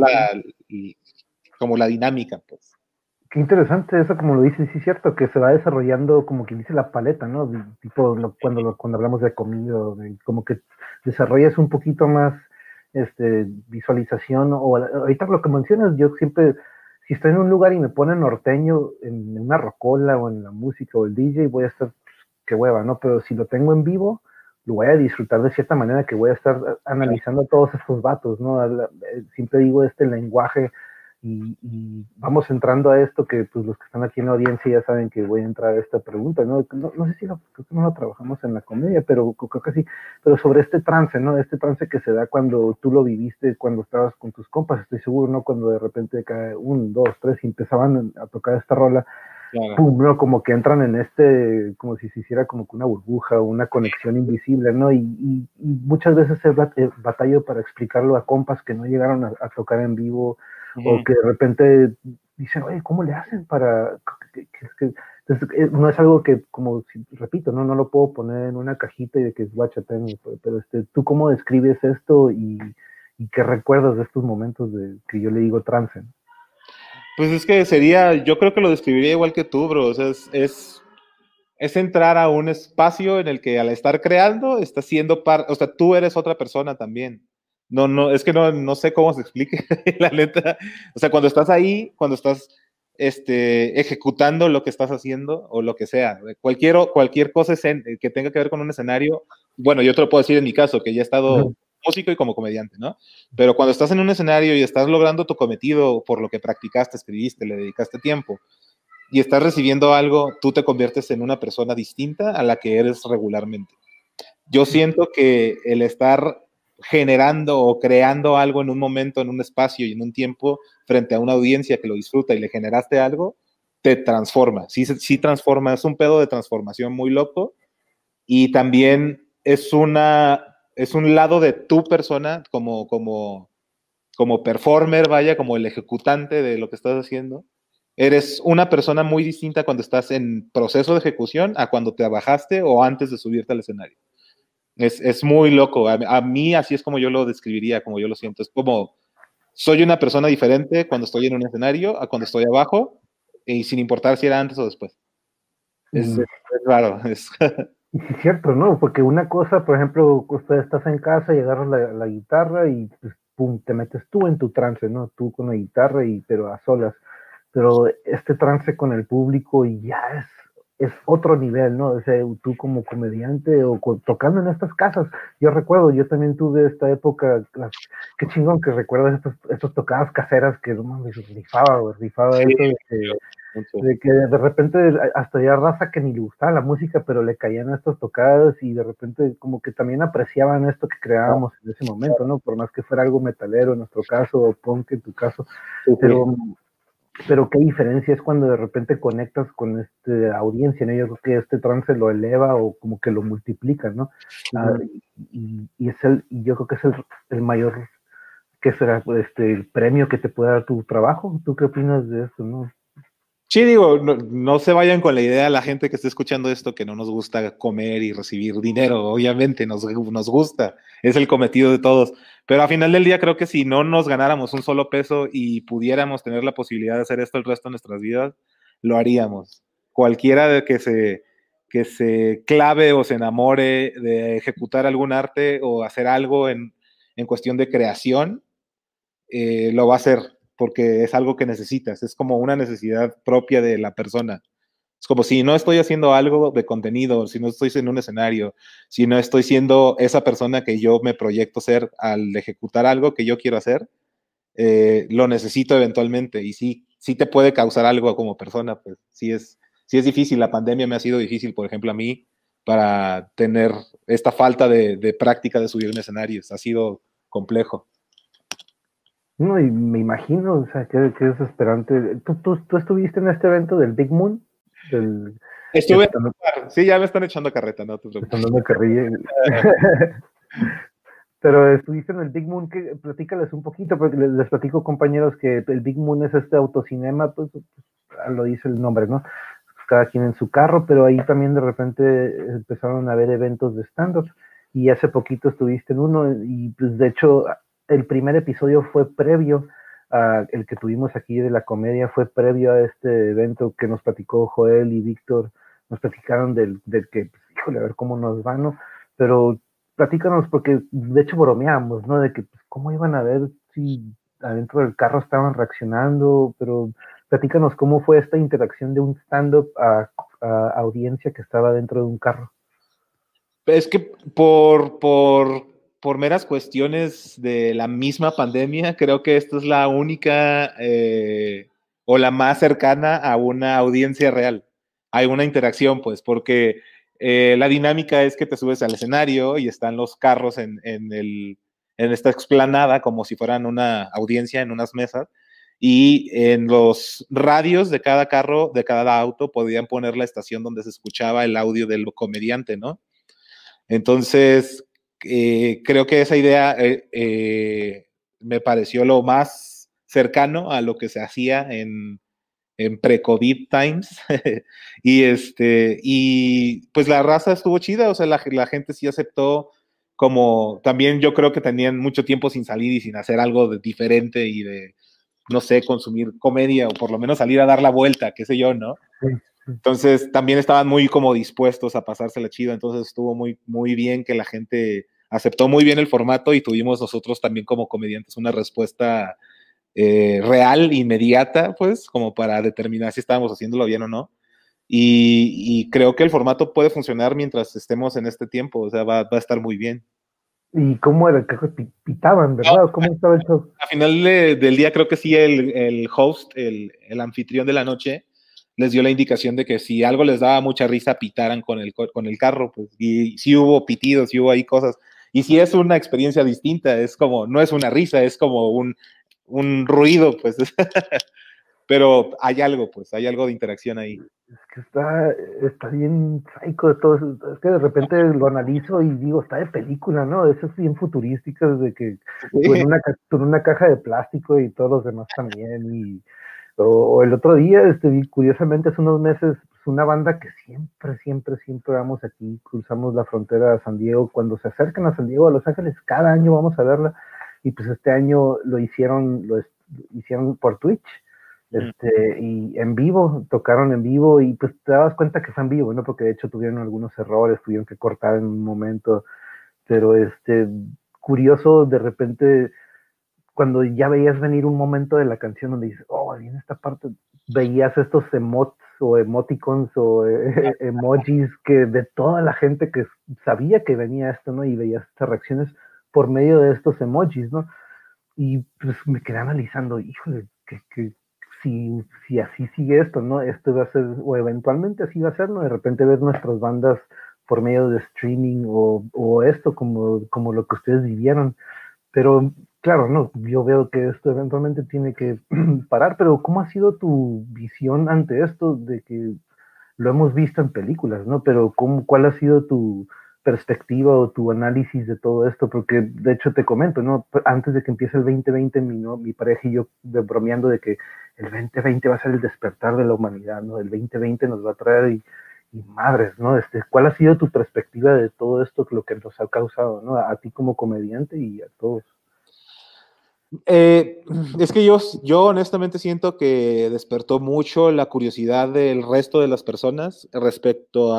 [SPEAKER 2] como la dinámica, pues.
[SPEAKER 1] Qué interesante eso, como lo dices, sí es cierto, que se va desarrollando como quien dice la paleta, ¿no? Tipo cuando hablamos de comida, como que desarrollas un poquito más visualización, o ahorita lo que mencionas, yo siempre, si estoy en un lugar y me ponen norteño en una rocola o en la música o el DJ, voy a estar, qué hueva, ¿no? Pero si lo tengo en vivo, lo voy a disfrutar de cierta manera, que voy a estar analizando a todos estos vatos, ¿no? Siempre digo lenguaje y vamos entrando a esto que pues los que están aquí en la audiencia ya saben que voy a entrar a esta pregunta, ¿no? No sé si creo que no lo trabajamos en la comedia, pero creo que sí, pero sobre este trance, ¿no? Este trance que se da cuando tú lo viviste, cuando estabas con tus compas, estoy seguro, ¿no? Cuando de repente cae 1, 2, 3 y empezaban a tocar esta rola, claro. Pum, ¿no? Como que entran en este, como si se hiciera como que una burbuja o una conexión invisible, ¿no? Y muchas veces es batallo para explicarlo a compas que no llegaron a tocar en vivo, o que de repente dicen, oye, ¿cómo le hacen para...? Entonces, no es algo que, como repito, no lo puedo poner en una cajita y de que es guachate, pero ¿tú cómo describes esto y qué recuerdas de estos momentos de que yo le digo trance?
[SPEAKER 2] Pues es que sería, yo creo que lo describiría igual que tú, bro. O sea, es entrar a un espacio en el que al estar creando, estás siendo parte, o sea, tú eres otra persona también. No, es que no sé cómo se explique, la neta. O sea, cuando estás ahí, cuando estás ejecutando lo que estás haciendo o lo que sea, cualquier cosa que tenga que ver con un escenario, bueno, yo te lo puedo decir en mi caso, que ya he estado músico y como comediante, ¿no? Pero cuando estás en un escenario y estás logrando tu cometido por lo que practicaste, escribiste, le dedicaste tiempo, y estás recibiendo algo, tú te conviertes en una persona distinta a la que eres regularmente. Yo siento que el estar generando o creando algo en un momento, en un espacio y en un tiempo frente a una audiencia que lo disfruta y le generaste algo, te transforma. Sí transforma, es un pedo de transformación muy loco y también es un lado de tu persona como performer, vaya, como el ejecutante de lo que estás haciendo. Eres una persona muy distinta cuando estás en proceso de ejecución a cuando te bajaste o antes de subirte al escenario. Es muy loco. A mí así es como yo lo describiría, como yo lo siento. Es como, soy una persona diferente cuando estoy en un escenario a cuando estoy abajo, y sin importar si era antes o después. Es raro.
[SPEAKER 1] Es cierto, ¿no? Porque una cosa, por ejemplo, usted estás en casa y agarras la guitarra y pues, pum, te metes tú en tu trance, ¿no? Tú con la guitarra, pero a solas. Pero este trance con el público y ya es otro nivel, ¿no? O sea, tú como comediante o tocando en estas casas. Yo recuerdo, yo también tuve esta época, qué chingón que recuerdas estos tocadas caseras que no, rifaba sí, eso de que de repente hasta ya raza que ni le gustaba la música, pero le caían estas tocadas y de repente como que también apreciaban esto que creábamos en ese momento, ¿no? Por más que fuera algo metalero en nuestro caso, o punk en tu caso, pero qué diferencia es cuando de repente conectas con esta audiencia, ¿no? Yo creo que este trance lo eleva o como que lo multiplica, ¿no? Y yo creo que es el mayor, que será el premio que te puede dar tu trabajo. ¿Tú qué opinas de eso, no?
[SPEAKER 2] Sí, digo, no se vayan con la idea la gente que esté escuchando esto que no nos gusta comer y recibir dinero. Obviamente nos gusta, es el cometido de todos. Pero a final del día creo que si no nos ganáramos un solo peso y pudiéramos tener la posibilidad de hacer esto el resto de nuestras vidas, lo haríamos. Cualquiera de que se clave o se enamore de ejecutar algún arte o hacer algo en cuestión de creación, lo va a hacer porque es algo que necesitas, es como una necesidad propia de la persona. Es como si no estoy haciendo algo de contenido, si no estoy en un escenario, si no estoy siendo esa persona que yo me proyecto ser al ejecutar algo que yo quiero hacer, lo necesito eventualmente y sí te puede causar algo como persona, pues sí es difícil. La pandemia me ha sido difícil, por ejemplo, a mí, para tener esta falta de práctica de subir en escenarios. Ha sido complejo.
[SPEAKER 1] No, y me imagino, o sea, qué desesperante. ¿Tú estuviste en este evento del Big Moon?
[SPEAKER 2] Estuve, sí, ya me están echando carreta, no te preocupes.
[SPEAKER 1] Están dando carrilla. Pero estuviste en el Big Moon, que platícales un poquito, porque les platico, compañeros, que el Big Moon es este autocinema, pues lo dice el nombre, ¿no? Cada quien en su carro, pero ahí también de repente empezaron a haber eventos de stand-up, y hace poquito estuviste en uno, y pues de hecho el primer episodio fue previo a el que tuvimos aquí de la comedia, fue previo a este evento que nos platicó Joel y Víctor, nos platicaron del que, pues, híjole, a ver cómo nos va, ¿no? Pero platícanos, porque de hecho bromeamos, ¿no? De que, pues, cómo iban a ver si adentro del carro estaban reaccionando, pero platícanos cómo fue esta interacción de un stand-up a audiencia que estaba dentro de un carro.
[SPEAKER 2] Es que por por meras cuestiones de la misma pandemia, creo que esta es la única o la más cercana a una audiencia real, a una interacción, pues, porque la dinámica es que te subes al escenario y están los carros en esta explanada como si fueran una audiencia en unas mesas, y en los radios de cada carro, de cada auto, podían poner la estación donde se escuchaba el audio del comediante, ¿no? Entonces, creo que esa idea me pareció lo más cercano a lo que se hacía en pre-COVID times. Y pues la raza estuvo chida, o sea, la gente sí aceptó, como también yo creo que tenían mucho tiempo sin salir y sin hacer algo de diferente y de, no sé, consumir comedia o por lo menos salir a dar la vuelta, qué sé yo, ¿no?
[SPEAKER 1] Sí.
[SPEAKER 2] Entonces también estaban muy como dispuestos a pasársela chido, entonces estuvo muy, muy bien que la gente aceptó muy bien el formato y tuvimos nosotros también como comediantes una respuesta real, inmediata, pues, como para determinar si estábamos haciéndolo bien o no. Y creo que el formato puede funcionar mientras estemos en este tiempo, o sea, va a estar muy bien.
[SPEAKER 1] ¿Y cómo era? Creo que pitaban, ¿verdad? ¿Cómo estaba el show?
[SPEAKER 2] A final del día creo que sí el host, el anfitrión de la noche, les dio la indicación de que si algo les daba mucha risa, pitaran con el carro, pues, y sí hubo pitidos, sí hubo ahí cosas. Y sí es una experiencia distinta, es como, no es una risa, es como un ruido, pues. Pero hay algo, pues, hay algo de interacción ahí.
[SPEAKER 1] Es que está bien psycho de todo eso. Es que de repente lo analizo y digo, está de película, ¿no? Eso es bien futurística, desde que tú en una caja de plástico y todos los demás también. O el otro día, curiosamente, hace unos meses, pues, una banda que siempre vamos aquí, cruzamos la frontera a San Diego. Cuando se acercan a San Diego, a Los Ángeles, cada año vamos a verla. Y pues este año lo hicieron por Twitch. Y en vivo, tocaron en vivo y pues te dabas cuenta que fue en vivo, ¿no? Porque de hecho tuvieron algunos errores, tuvieron que cortar en un momento, pero curioso de repente cuando ya veías venir un momento de la canción donde dices, oh, viene esta parte, veías estos emotes o emoticons o emojis que de toda la gente que sabía que venía esto, ¿no? Y veías estas reacciones por medio de estos emojis, ¿no? Y pues me quedé analizando, híjole, que si así sigue esto, ¿no? Esto va a ser, o eventualmente así va a ser, ¿no? De repente ver nuestras bandas por medio de streaming o esto como lo que ustedes vivieron. Pero claro, no, yo veo que esto eventualmente tiene que parar, pero ¿cómo ha sido tu visión ante esto de que lo hemos visto en películas, ¿no? Pero ¿cuál ha sido tu perspectiva o tu análisis de todo esto? Porque de hecho te comento, ¿no? Antes de que empiece el 2020, mi pareja y yo bromeando de que el 2020 va a ser el despertar de la humanidad, ¿no? El 2020 nos va a traer y madres, ¿no? ¿Cuál ha sido tu perspectiva de todo esto, lo que nos ha causado, ¿no? A ti como comediante y a todos.
[SPEAKER 2] Eh, es que yo honestamente siento que despertó mucho la curiosidad del resto de las personas respecto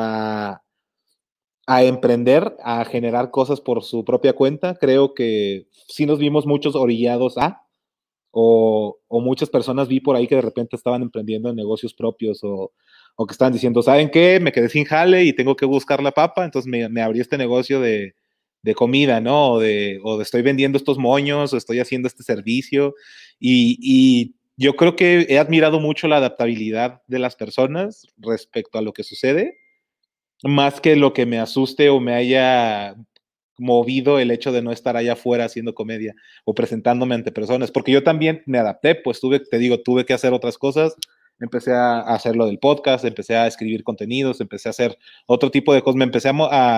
[SPEAKER 2] a emprender, a generar cosas por su propia cuenta. Creo que sí nos vimos muchos orillados o muchas personas vi por ahí que de repente estaban emprendiendo en negocios propios o que estaban diciendo, ¿saben qué? Me quedé sin jale y tengo que buscar la papa, entonces me abrí este negocio de comida, ¿no? O de estoy vendiendo estos moños o estoy haciendo este servicio y yo creo que he admirado mucho la adaptabilidad de las personas respecto a lo que sucede, más que lo que me asuste o me haya movido el hecho de no estar allá afuera haciendo comedia o presentándome ante personas, porque yo también me adapté, pues tuve que hacer otras cosas, empecé a hacer lo del podcast, empecé a escribir contenidos, empecé a hacer otro tipo de cosas, me empecé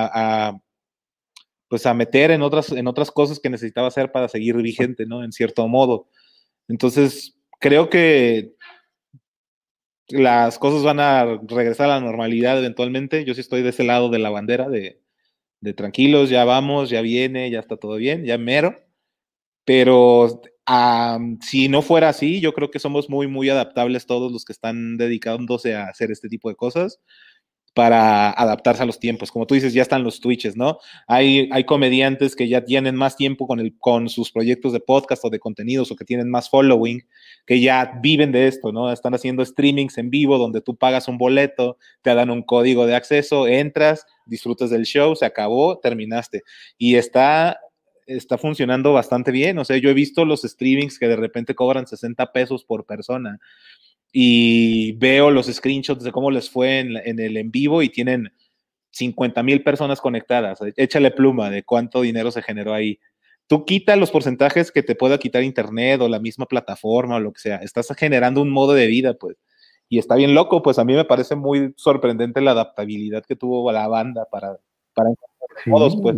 [SPEAKER 2] pues a meter en otras cosas que necesitaba hacer para seguir vigente, ¿no? En cierto modo. Entonces, creo que las cosas van a regresar a la normalidad eventualmente. Yo sí estoy de ese lado de la bandera de tranquilos, ya vamos, ya viene, ya está todo bien, ya mero. Pero si no fuera así, yo creo que somos muy, muy adaptables todos los que están dedicándose a hacer este tipo de cosas para adaptarse a los tiempos. Como tú dices, ya están los Twitches, ¿no? Hay comediantes que ya tienen más tiempo con sus proyectos de podcast o de contenidos o que tienen más following, que ya viven de esto, ¿no? Están haciendo streamings en vivo donde tú pagas un boleto, te dan un código de acceso, entras, disfrutas del show, se acabó, terminaste. Y está está funcionando bastante bien. O sea, yo he visto los streamings que de repente cobran 60 pesos por persona y veo los screenshots de cómo les fue en el en vivo y tienen 50,000 personas conectadas. Échale pluma de cuánto dinero se generó ahí. Tú quita los porcentajes que te pueda quitar internet o la misma plataforma o lo que sea. Estás generando un modo de vida, pues. Y está bien loco, pues a mí me parece muy sorprendente la adaptabilidad que tuvo la banda para encontrar
[SPEAKER 1] Sí,
[SPEAKER 2] modos, pues.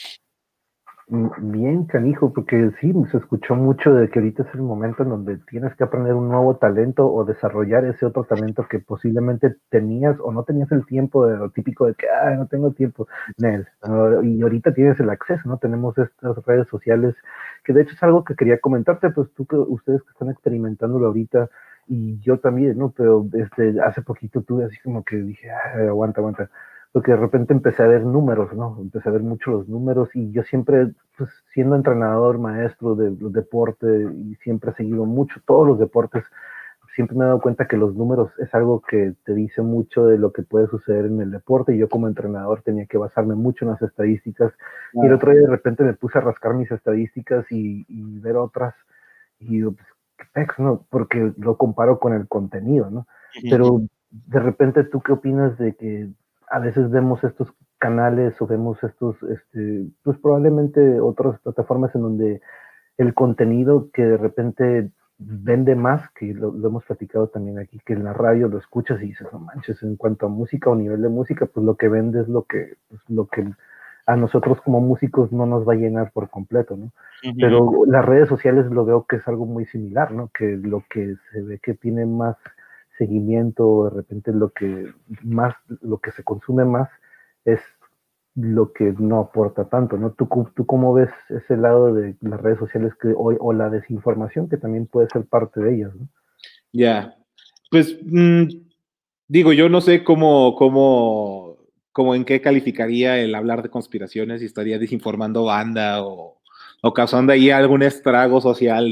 [SPEAKER 1] bien canijo, porque sí, se escuchó mucho de que ahorita es el momento en donde tienes que aprender un nuevo talento o desarrollar ese otro talento que posiblemente tenías o no tenías el tiempo, de lo típico de que, no tengo tiempo, y ahorita tienes el acceso, ¿no? Tenemos estas redes sociales, que de hecho es algo que quería comentarte, pues ustedes que están experimentándolo ahorita, y yo también, ¿no? Pero hace poquito tuve así como que dije, aguanta, porque de repente empecé a ver números, ¿no? Empecé a ver mucho los números y yo siempre, pues siendo entrenador, maestro de los deportes y siempre he seguido mucho todos los deportes, siempre me he dado cuenta que los números es algo que te dice mucho de lo que puede suceder en el deporte y yo como entrenador tenía que basarme mucho en las estadísticas y el otro día de repente me puse a rascar mis estadísticas y ver otras y digo, pues, qué pex, ¿no? Porque lo comparo con el contenido, ¿no? Pero de repente, ¿tú qué opinas de que a veces vemos estos canales o vemos estos, pues probablemente otras plataformas en donde el contenido que de repente vende más, que lo hemos platicado también aquí, que en la radio lo escuchas y dices, no manches, en cuanto a música o nivel de música, pues lo que vende es lo que a nosotros como músicos no nos va a llenar por completo, ¿no? Pero las redes sociales lo veo que es algo muy similar, ¿no? Que lo que se ve que tiene más seguimiento, de repente lo que se consume más es lo que no aporta tanto, ¿no? ¿Tú cómo ves ese lado de las redes sociales o la desinformación que también puede ser parte de ellas, ¿no?
[SPEAKER 2] Ya, pues digo, yo no sé cómo en qué calificaría el hablar de conspiraciones, si estaría desinformando banda o causando ahí algún estrago social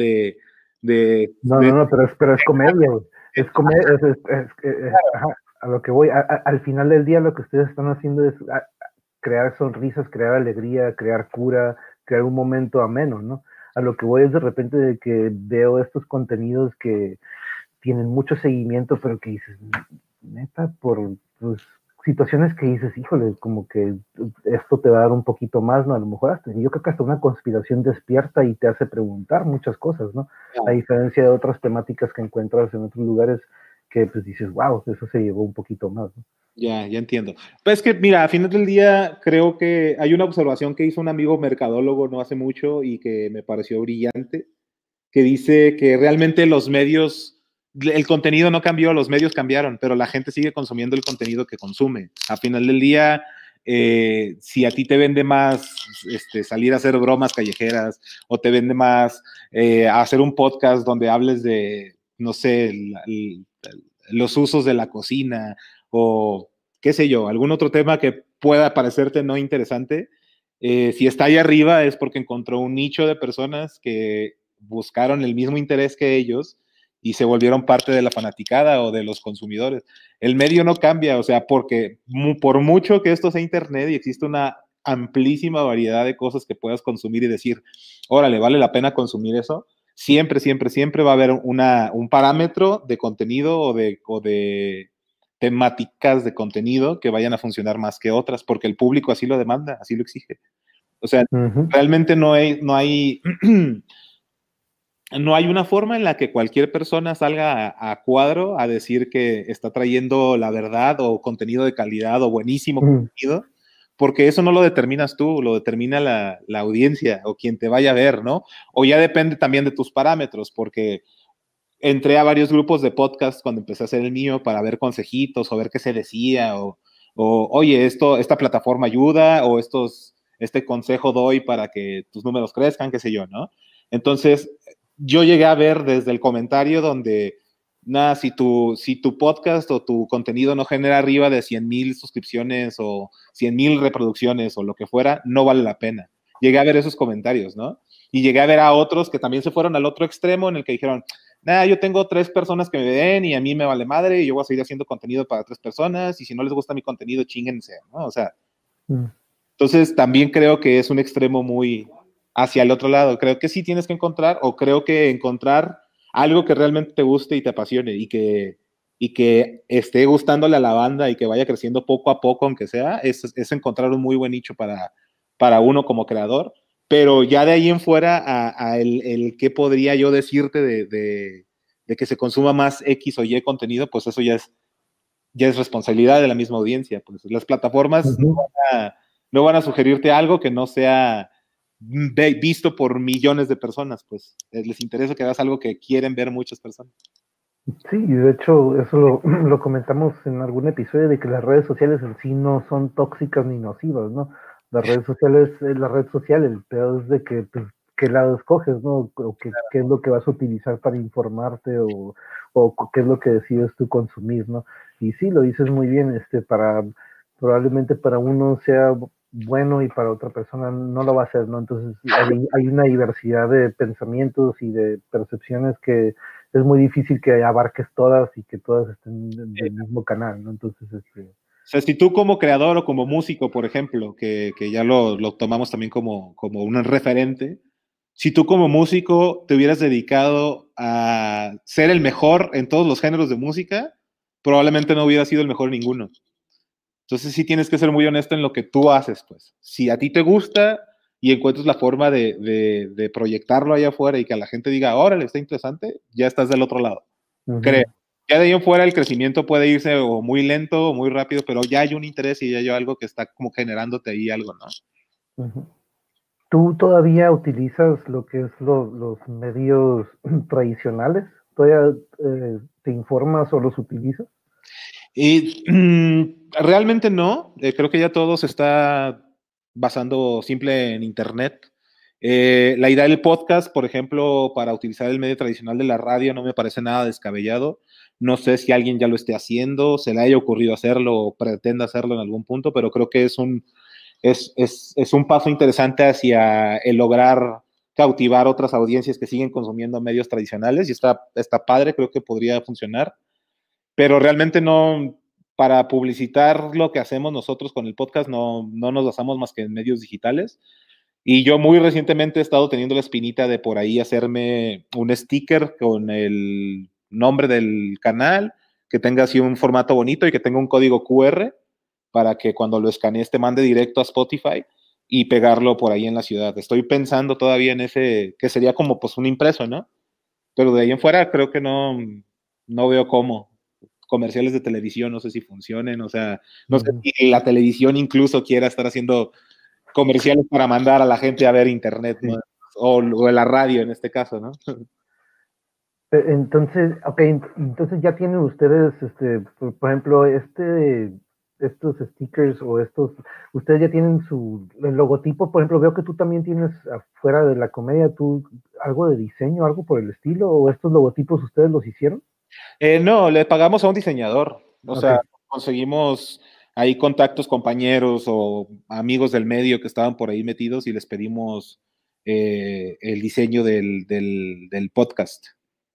[SPEAKER 1] No, pero es comedia, güey. Es comedia, ajá, a lo que voy. Al final del día lo que ustedes están haciendo es crear sonrisas, crear alegría, crear cura, crear un momento ameno, ¿no? A lo que voy es de repente de que veo estos contenidos que tienen mucho seguimiento, pero que dices, neta, por pues, situaciones que dices, híjole, como que esto te va a dar un poquito más, ¿no? A lo mejor hasta, yo creo que hasta una conspiración despierta y te hace preguntar muchas cosas, ¿no? A diferencia de otras temáticas que encuentras en otros lugares que pues dices, wow, eso se llevó un poquito más, ¿no?
[SPEAKER 2] Ya entiendo. Pues es que, mira, a final del día creo que hay una observación que hizo un amigo mercadólogo no hace mucho y que me pareció brillante, que dice que realmente los medios, el contenido no cambió, los medios cambiaron, pero la gente sigue consumiendo el contenido que consume. A final del día, si a ti te vende más salir a hacer bromas callejeras o te vende más hacer un podcast donde hables de, no sé, los usos de la cocina o qué sé yo, algún otro tema que pueda parecerte no interesante, si está ahí arriba es porque encontró un nicho de personas que buscaron el mismo interés que ellos y se volvieron parte de la fanaticada o de los consumidores. El medio no cambia, o sea, porque por mucho que esto sea internet y existe una amplísima variedad de cosas que puedas consumir y decir, órale, vale la pena consumir eso, siempre va a haber un parámetro de contenido o de temáticas de contenido que vayan a funcionar más que otras, porque el público así lo demanda, así lo exige. O sea, realmente no hay una forma en la que cualquier persona salga a cuadro a decir que está trayendo la verdad o contenido de calidad o buenísimo contenido, porque eso no lo determinas tú, lo determina la audiencia o quien te vaya a ver, ¿no? O ya depende también de tus parámetros, porque entré a varios grupos de podcast cuando empecé a hacer el mío para ver consejitos o ver qué se decía o oye, esta plataforma ayuda o este consejo doy para que tus números crezcan, qué sé yo, ¿no? Entonces, yo llegué a ver desde el comentario donde, nada, si tu podcast o tu contenido no genera arriba de 100,000 suscripciones o 100,000 reproducciones o lo que fuera, no vale la pena. Llegué a ver esos comentarios, ¿no? Y llegué a ver a otros que también se fueron al otro extremo en el que dijeron, nada, yo tengo 3 personas que me ven y a mí me vale madre y yo voy a seguir haciendo contenido para 3 personas y si no les gusta mi contenido, chinguense, ¿no? O sea, entonces también creo que es un extremo muy, hacia el otro lado. Creo que sí tienes que encontrar, o creo que encontrar algo que realmente te guste y te apasione y que esté gustándole a la banda y que vaya creciendo poco a poco, aunque sea, es encontrar un muy buen nicho para uno como creador. Pero ya de ahí en fuera, a el qué podría yo decirte de que se consuma más X o Y contenido, pues eso ya es responsabilidad de la misma audiencia. Pues las plataformas no van a sugerirte algo que no sea visto por millones de personas, pues les interesa que hagas algo que quieren ver muchas personas.
[SPEAKER 1] Sí, de hecho, eso lo comentamos en algún episodio de que las redes sociales en sí no son tóxicas ni nocivas, ¿no? Las redes sociales es la red social, el peor es de que, pues, qué lado escoges, ¿no? O qué es lo que vas a utilizar para informarte o qué es lo que decides tú consumir, ¿no? Y sí, lo dices muy bien, probablemente para uno sea bueno y para otra persona no lo va a ser, ¿no? Entonces hay una diversidad de pensamientos y de percepciones que es muy difícil que abarques todas y que todas estén del mismo canal, ¿no? Entonces,
[SPEAKER 2] O sea, si tú como creador o como músico, por ejemplo, que ya lo tomamos también como un referente, si tú como músico te hubieras dedicado a ser el mejor en todos los géneros de música, probablemente no hubieras sido el mejor en ninguno. Entonces sí tienes que ser muy honesto en lo que tú haces, pues. Si a ti te gusta y encuentras la forma de proyectarlo allá afuera y que a la gente diga, órale, está interesante, ya estás del otro lado. Creo. Ya de ahí en fuera el crecimiento puede irse o muy lento o muy rápido, pero ya hay un interés y ya hay algo que está como generándote ahí algo, ¿no?
[SPEAKER 1] ¿Tú todavía utilizas lo que es los medios tradicionales? ¿Todavía te informas o los utilizas?
[SPEAKER 2] Y realmente no, creo que ya todo se está basando simple en Internet. La idea del podcast, por ejemplo, para utilizar el medio tradicional de la radio no me parece nada descabellado. No sé si alguien ya lo esté haciendo, se le haya ocurrido hacerlo o pretenda hacerlo en algún punto, pero creo que es un paso interesante hacia el lograr cautivar otras audiencias que siguen consumiendo medios tradicionales y está padre, creo que podría funcionar, pero realmente no, para publicitar lo que hacemos nosotros con el podcast no nos basamos más que en medios digitales. Y yo muy recientemente he estado teniendo la espinita de por ahí hacerme un sticker con el nombre del canal, que tenga así un formato bonito y que tenga un código QR para que cuando lo escanees te mande directo a Spotify y pegarlo por ahí en la ciudad. Estoy pensando todavía en ese, que sería como pues un impreso, ¿no? Pero de ahí en fuera creo que no veo cómo. Comerciales de televisión, no sé si funcionen, o sea, no sé si la televisión incluso quiera estar haciendo comerciales para mandar a la gente a ver internet, ¿no? O la radio en este caso, ¿no?
[SPEAKER 1] Entonces, ok, entonces ya tienen ustedes, por ejemplo, estos stickers o ustedes ya tienen el logotipo, por ejemplo, veo que tú también tienes afuera de la comedia, tú, algo de diseño, algo por el estilo, o estos logotipos ustedes los hicieron.
[SPEAKER 2] No, le pagamos a un diseñador, o
[SPEAKER 1] Ok.
[SPEAKER 2] sea, conseguimos ahí contactos, compañeros o amigos del medio que estaban por ahí metidos y les pedimos el diseño del podcast.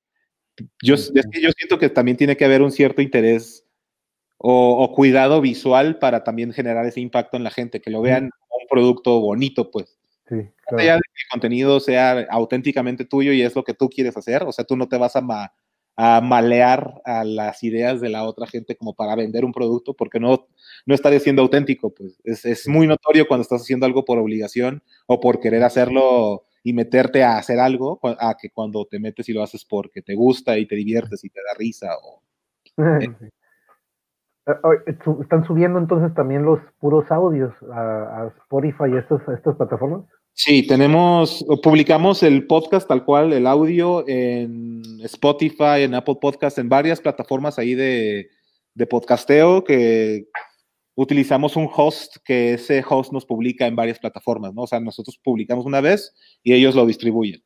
[SPEAKER 2] Es que yo siento que también tiene que haber un cierto interés o cuidado visual para también generar ese impacto en la gente, que lo vean como un producto bonito, pues.
[SPEAKER 1] Sí,
[SPEAKER 2] Más allá
[SPEAKER 1] claro.
[SPEAKER 2] de que el contenido sea auténticamente tuyo y es lo que tú quieres hacer, o sea, tú no te vas a malear a las ideas de la otra gente como para vender un producto, porque no estaría siendo auténtico, pues. Es muy notorio cuando estás haciendo algo por obligación o por querer hacerlo y meterte a hacer algo, a que cuando te metes y lo haces porque te gusta y te diviertes y te da risa.
[SPEAKER 1] ¿Están subiendo entonces también los puros audios a Spotify y estas plataformas?
[SPEAKER 2] Sí, publicamos el podcast tal cual, el audio en Spotify, en Apple Podcast, en varias plataformas ahí de podcasteo que utilizamos un host que ese host nos publica en varias plataformas, ¿no? O sea, nosotros publicamos una vez y ellos lo distribuyen.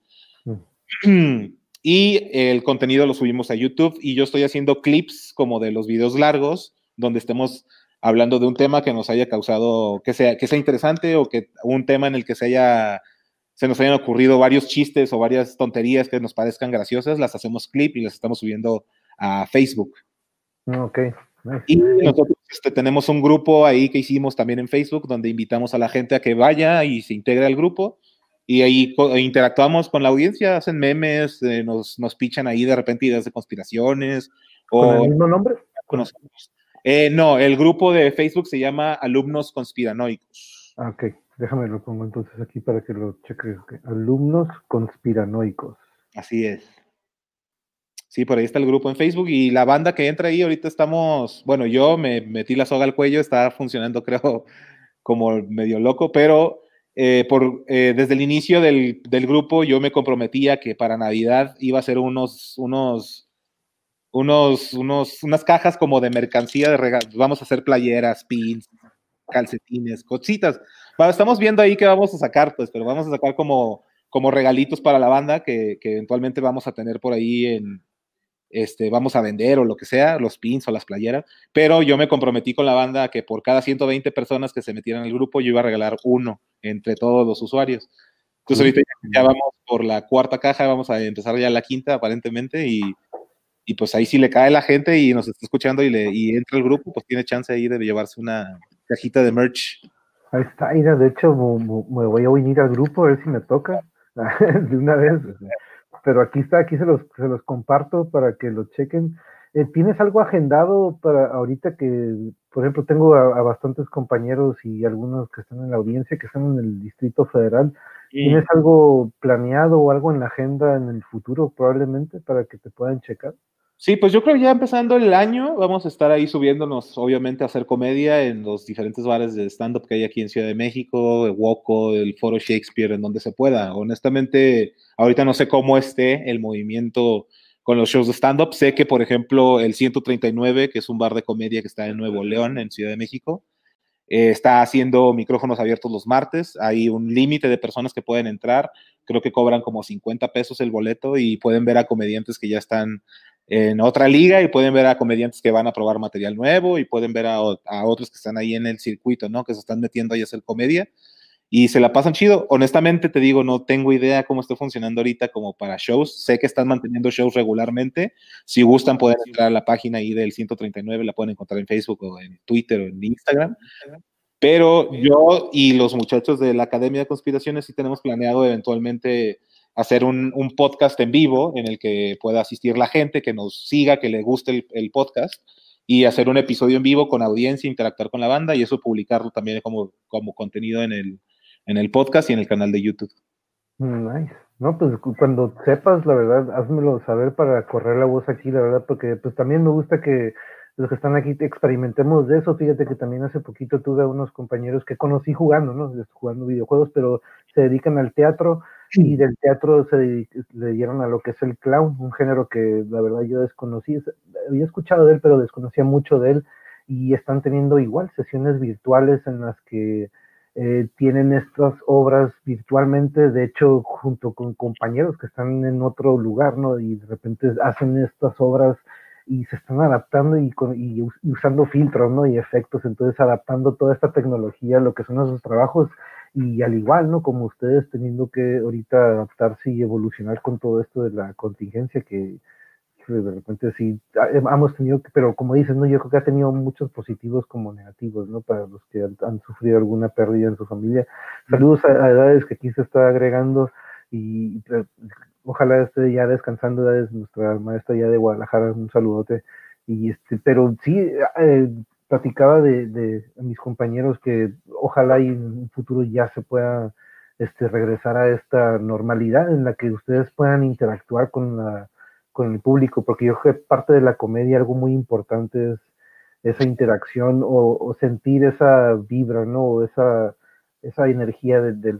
[SPEAKER 2] Y el contenido lo subimos a YouTube y yo estoy haciendo clips como de los videos largos donde estemos hablando de un tema que nos haya causado, que sea interesante o que un tema en el que se nos hayan ocurrido varios chistes o varias tonterías que nos parezcan graciosas, las hacemos clip y las estamos subiendo a Facebook.
[SPEAKER 1] Ok, nice.
[SPEAKER 2] Y nosotros tenemos un grupo ahí que hicimos también en Facebook donde invitamos a la gente a que vaya y se integre al grupo y ahí interactuamos con la audiencia, hacen memes, nos pichan ahí de repente ideas de conspiraciones,
[SPEAKER 1] ¿Con el
[SPEAKER 2] o
[SPEAKER 1] mismo nombre?
[SPEAKER 2] no, el grupo de Facebook se llama Alumnos Conspiranoicos.
[SPEAKER 1] Ah, ok, déjame lo pongo entonces aquí para que lo cheques. Okay. Alumnos conspiranoicos.
[SPEAKER 2] Así es. Sí, por ahí está el grupo en Facebook y la banda que entra ahí, ahorita estamos, bueno, yo me metí la soga al cuello, está funcionando creo como medio loco, pero desde el inicio del grupo yo me comprometía que para Navidad iba a ser unas cajas como de mercancía de regalos, vamos a hacer playeras, pins, calcetines, cositas. Bueno, estamos viendo ahí qué vamos a sacar, pues, pero vamos a sacar como regalitos para la banda que eventualmente vamos a tener por ahí vamos a vender o lo que sea, los pins o las playeras, pero yo me comprometí con la banda que por cada 120 personas que se metieran al grupo yo iba a regalar uno entre todos los usuarios. Entonces ahorita ya vamos por la cuarta caja, vamos a empezar ya la quinta aparentemente y pues ahí si le cae la gente y nos está escuchando y entra el grupo, pues tiene chance ahí de llevarse una cajita de merch.
[SPEAKER 1] Ahí está, mira, de hecho me voy a unir al grupo a ver si me toca de una vez. Pero aquí está, aquí se los comparto para que lo chequen. ¿Tienes algo agendado para ahorita que, por ejemplo, tengo a bastantes compañeros y algunos que están en la audiencia, que están en el Distrito Federal? ¿Tienes algo planeado o algo en la agenda en el futuro probablemente para que te puedan checar?
[SPEAKER 2] Sí, pues yo creo que ya empezando el año vamos a estar ahí subiéndonos, obviamente, a hacer comedia en los diferentes bares de stand-up que hay aquí en Ciudad de México, el Woco, el Foro Shakespeare, en donde se pueda. Honestamente, ahorita no sé cómo esté el movimiento con los shows de stand-up. Sé que, por ejemplo, el 139, que es un bar de comedia que está en Nuevo León, en Ciudad de México, está haciendo micrófonos abiertos los martes. Hay un límite de personas que pueden entrar. Creo que cobran como 50 pesos el boleto y pueden ver a comediantes que ya están en otra liga y pueden ver a comediantes que van a probar material nuevo y pueden ver a otros que están ahí en el circuito, ¿no? Que se están metiendo ahí a hacer comedia y se la pasan chido. Honestamente te digo, no tengo idea cómo está funcionando ahorita como para shows. Sé que están manteniendo shows regularmente. Si gustan pueden entrar a la página ahí del 139, la pueden encontrar en Facebook o en Twitter o en Instagram. Pero yo y los muchachos de la Academia de Conspiraciones sí tenemos planeado eventualmente hacer un podcast en vivo en el que pueda asistir la gente, que nos siga, que le guste el podcast y hacer un episodio en vivo con audiencia, interactuar con la banda y eso publicarlo también como contenido en el podcast y en el canal de YouTube.
[SPEAKER 1] Nice. No, pues cuando sepas, la verdad, házmelo saber para correr la voz aquí, la verdad, porque pues también me gusta que los que están aquí experimentemos de eso. Fíjate que también hace poquito tuve unos compañeros que conocí jugando, ¿no? Jugando videojuegos, pero se dedican al teatro y del teatro le dieron a lo que es el clown, un género que la verdad yo desconocí. Había escuchado de él, pero desconocía mucho de él y están teniendo igual sesiones virtuales en las que tienen estas obras virtualmente, de hecho, junto con compañeros que están en otro lugar, ¿no? Y de repente hacen estas obras y se están adaptando y usando filtros, ¿no? Y efectos, entonces adaptando toda esta tecnología a lo que son esos trabajos y al igual, ¿no? Como ustedes teniendo que ahorita adaptarse y evolucionar con todo esto de la contingencia que de repente sí, hemos tenido, pero como dices, ¿no? Yo creo que ha tenido muchos positivos como negativos, ¿no? Para los que han sufrido alguna pérdida en su familia. Saludos a Edades que aquí se está agregando y ojalá esté ya descansando, Edades, nuestra maestra ya de Guadalajara, un saludote. Pero sí, platicaba de mis compañeros que ojalá y en un futuro ya se pueda regresar a esta normalidad en la que ustedes puedan interactuar con el público, porque yo creo que parte de la comedia, algo muy importante es esa interacción o sentir esa vibra, ¿no? O esa energía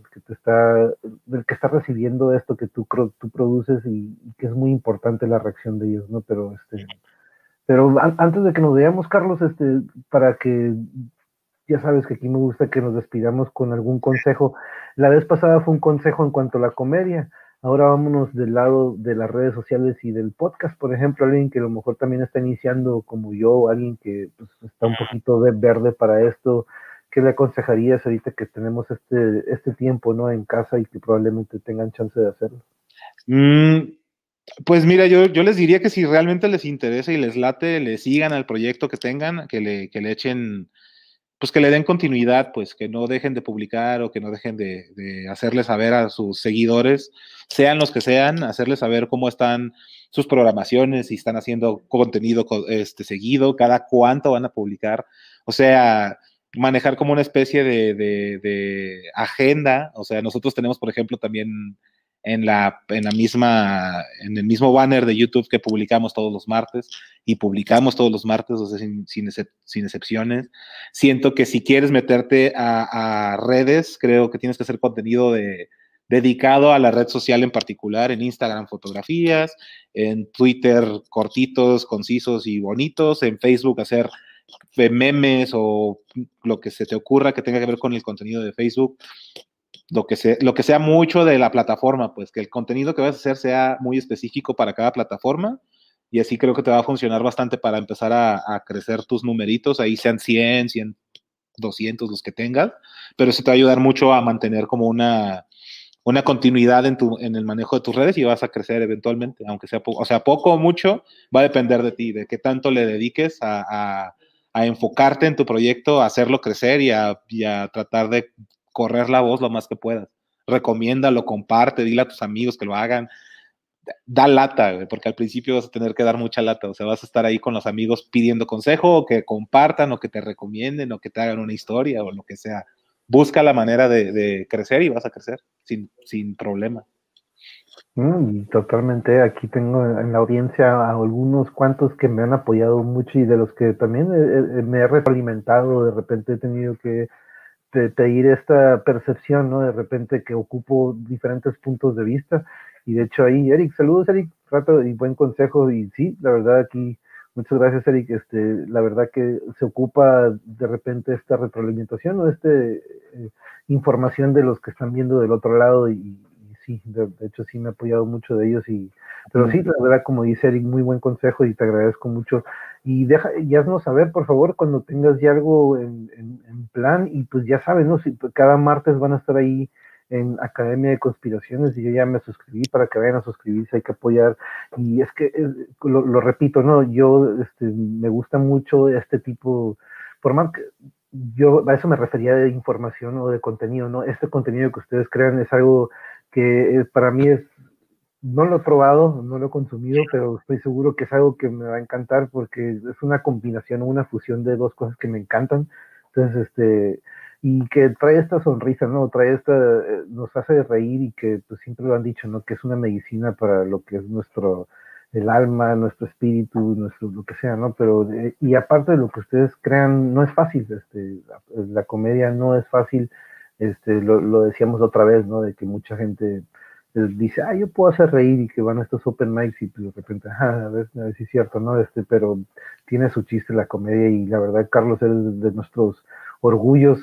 [SPEAKER 1] del que está recibiendo esto que tú produces y que es muy importante la reacción de ellos, ¿no? Pero antes de que nos veamos, Carlos, para que ya sabes que aquí me gusta que nos despidamos con algún consejo. La vez pasada fue un consejo en cuanto a la comedia. Ahora vámonos del lado de las redes sociales y del podcast, por ejemplo, alguien que a lo mejor también está iniciando como yo, o alguien que pues, está un poquito de verde para esto. ¿Qué le aconsejarías ahorita que tenemos este tiempo, ¿no? En casa y que probablemente tengan chance de hacerlo?
[SPEAKER 2] Pues mira, yo les diría que si realmente les interesa y les late, le sigan al proyecto que tengan, que le echen pues que le den continuidad, pues que no dejen de publicar o que no dejen de hacerle saber a sus seguidores, sean los que sean, hacerles saber cómo están sus programaciones, si están haciendo contenido seguido, cada cuánto van a publicar, o sea, manejar como una especie de agenda, o sea, nosotros tenemos, por ejemplo, también en el mismo banner de YouTube que publicamos todos los martes, y publicamos todos los martes, o sea, sin excepciones. Siento que si quieres meterte a redes, creo que tienes que hacer contenido dedicado a la red social en particular, en Instagram fotografías, en Twitter cortitos, concisos y bonitos, en Facebook hacer memes o lo que se te ocurra que tenga que ver con el contenido de Facebook, lo que sea mucho de la plataforma, pues que el contenido que vas a hacer sea muy específico para cada plataforma, y así creo que te va a funcionar bastante para empezar a crecer tus numeritos, ahí sean 100, 200 los que tengas, pero eso te va a ayudar mucho a mantener como una continuidad en el manejo de tus redes, y vas a crecer eventualmente, aunque sea poco, o sea, poco o mucho, va a depender de ti, de qué tanto le dediques a enfocarte en tu proyecto, a hacerlo crecer y a tratar de correr la voz lo más que puedas. Recomiéndalo, comparte, dile a tus amigos que lo hagan, da lata, güey, porque al principio vas a tener que dar mucha lata, o sea, vas a estar ahí con los amigos pidiendo consejo, o que compartan, o que te recomienden, o que te hagan una historia, o lo que sea. Busca la manera de crecer y vas a crecer sin problema.
[SPEAKER 1] Totalmente, aquí tengo en la audiencia a algunos cuantos que me han apoyado mucho y de los que también me he retroalimentado, de repente he tenido que pedir esta percepción, ¿no? De repente que ocupo diferentes puntos de vista. Y de hecho ahí, Eric, saludos Eric, trato y buen consejo. Y sí, la verdad aquí, muchas gracias Eric, la verdad que se ocupa de repente esta retroalimentación o información de los que están viendo del otro lado y sí, de hecho sí me he apoyado mucho de ellos pero sí, la verdad, como dice Eric, muy buen consejo y te agradezco mucho. Y haznos saber, por favor, cuando tengas ya algo en plan, y pues ya sabes, ¿no? Si cada martes van a estar ahí en Academia de Conspiraciones, y yo ya me suscribí para que vayan a suscribirse, hay que apoyar. Y es que, lo repito, ¿no? Yo me gusta mucho este tipo, por más que yo a eso me refería de información o de contenido, ¿no? Este contenido que ustedes crean es algo que para mí no lo he probado, no lo he consumido, pero estoy seguro que es algo que me va a encantar porque es una combinación, una fusión de dos cosas que me encantan. Entonces, y que trae esta sonrisa, ¿no? Nos hace reír y que pues siempre lo han dicho, ¿no? Que es una medicina para lo que es el alma, nuestro espíritu, lo que sea, ¿no? Pero, y aparte de lo que ustedes crean, no es fácil, la comedia no es fácil, lo decíamos otra vez, ¿no? De que mucha gente dice, yo puedo hacer reír, y que van a estos open mics y pues de repente, a ver si es cierto, ¿no? Pero tiene su chiste la comedia, y la verdad, Carlos, eres de nuestros orgullos,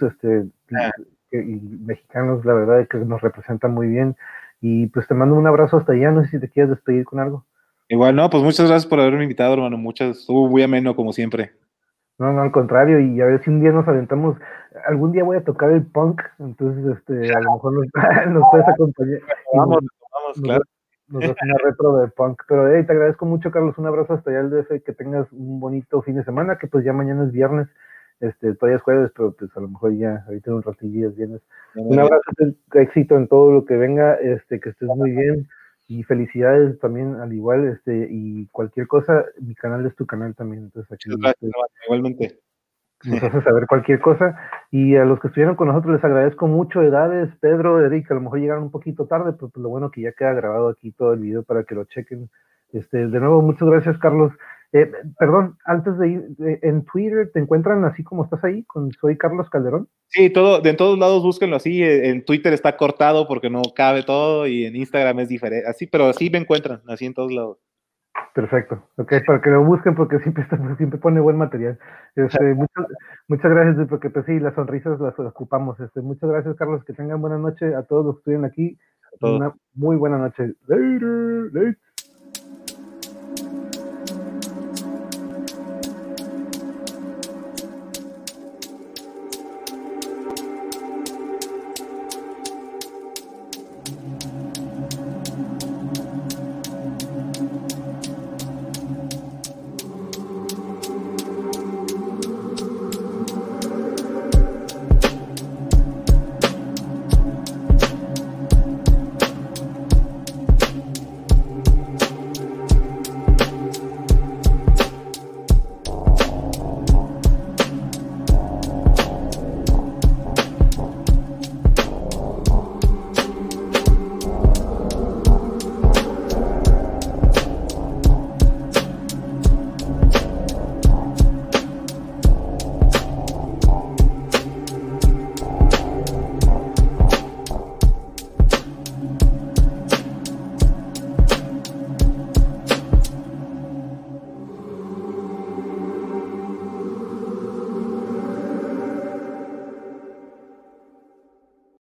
[SPEAKER 1] y mexicanos, la verdad, que nos representan muy bien. Y pues te mando un abrazo hasta allá, no sé si te quieres despedir con algo.
[SPEAKER 2] Igual, no, pues muchas gracias por haberme invitado, hermano. Estuvo muy ameno como siempre.
[SPEAKER 1] No, no, al contrario, y a ver si un día nos aventamos, algún día voy a tocar el punk, entonces a lo mejor nos puedes acompañar y
[SPEAKER 2] Vamos, claro.
[SPEAKER 1] nos das una retro de punk. Pero te agradezco mucho, Carlos, un abrazo hasta allá al DF, que tengas un bonito fin de semana, que pues ya mañana es viernes, todavía es jueves, pero pues a lo mejor ya ahorita en un ratillo es viernes. Un abrazo, éxito en todo lo que venga, que estés muy bien. Y felicidades también, al igual, y cualquier cosa, mi canal es tu canal también, entonces aquí
[SPEAKER 2] Gracias, igualmente.
[SPEAKER 1] nos hace saber cualquier cosa. Y a los que estuvieron con nosotros les agradezco mucho, Edades, Pedro, Eric, a lo mejor llegaron un poquito tarde, pero pues lo bueno que ya queda grabado aquí todo el video para que lo chequen. De nuevo, muchas gracias, Carlos. Perdón, antes de ir, en Twitter te encuentran así como estás ahí, soy Carlos Calderón.
[SPEAKER 2] Sí, en todos lados búsquenlo así. En Twitter está cortado porque no cabe todo, y en Instagram es diferente. Así, pero así me encuentran, así en todos lados.
[SPEAKER 1] Perfecto, ok, para que lo busquen porque siempre pone buen material. Muchas gracias, porque pues sí, las sonrisas las ocupamos. Muchas gracias, Carlos, que tengan buena noche a todos los que estuvieron aquí. Una muy buena noche. Later, later.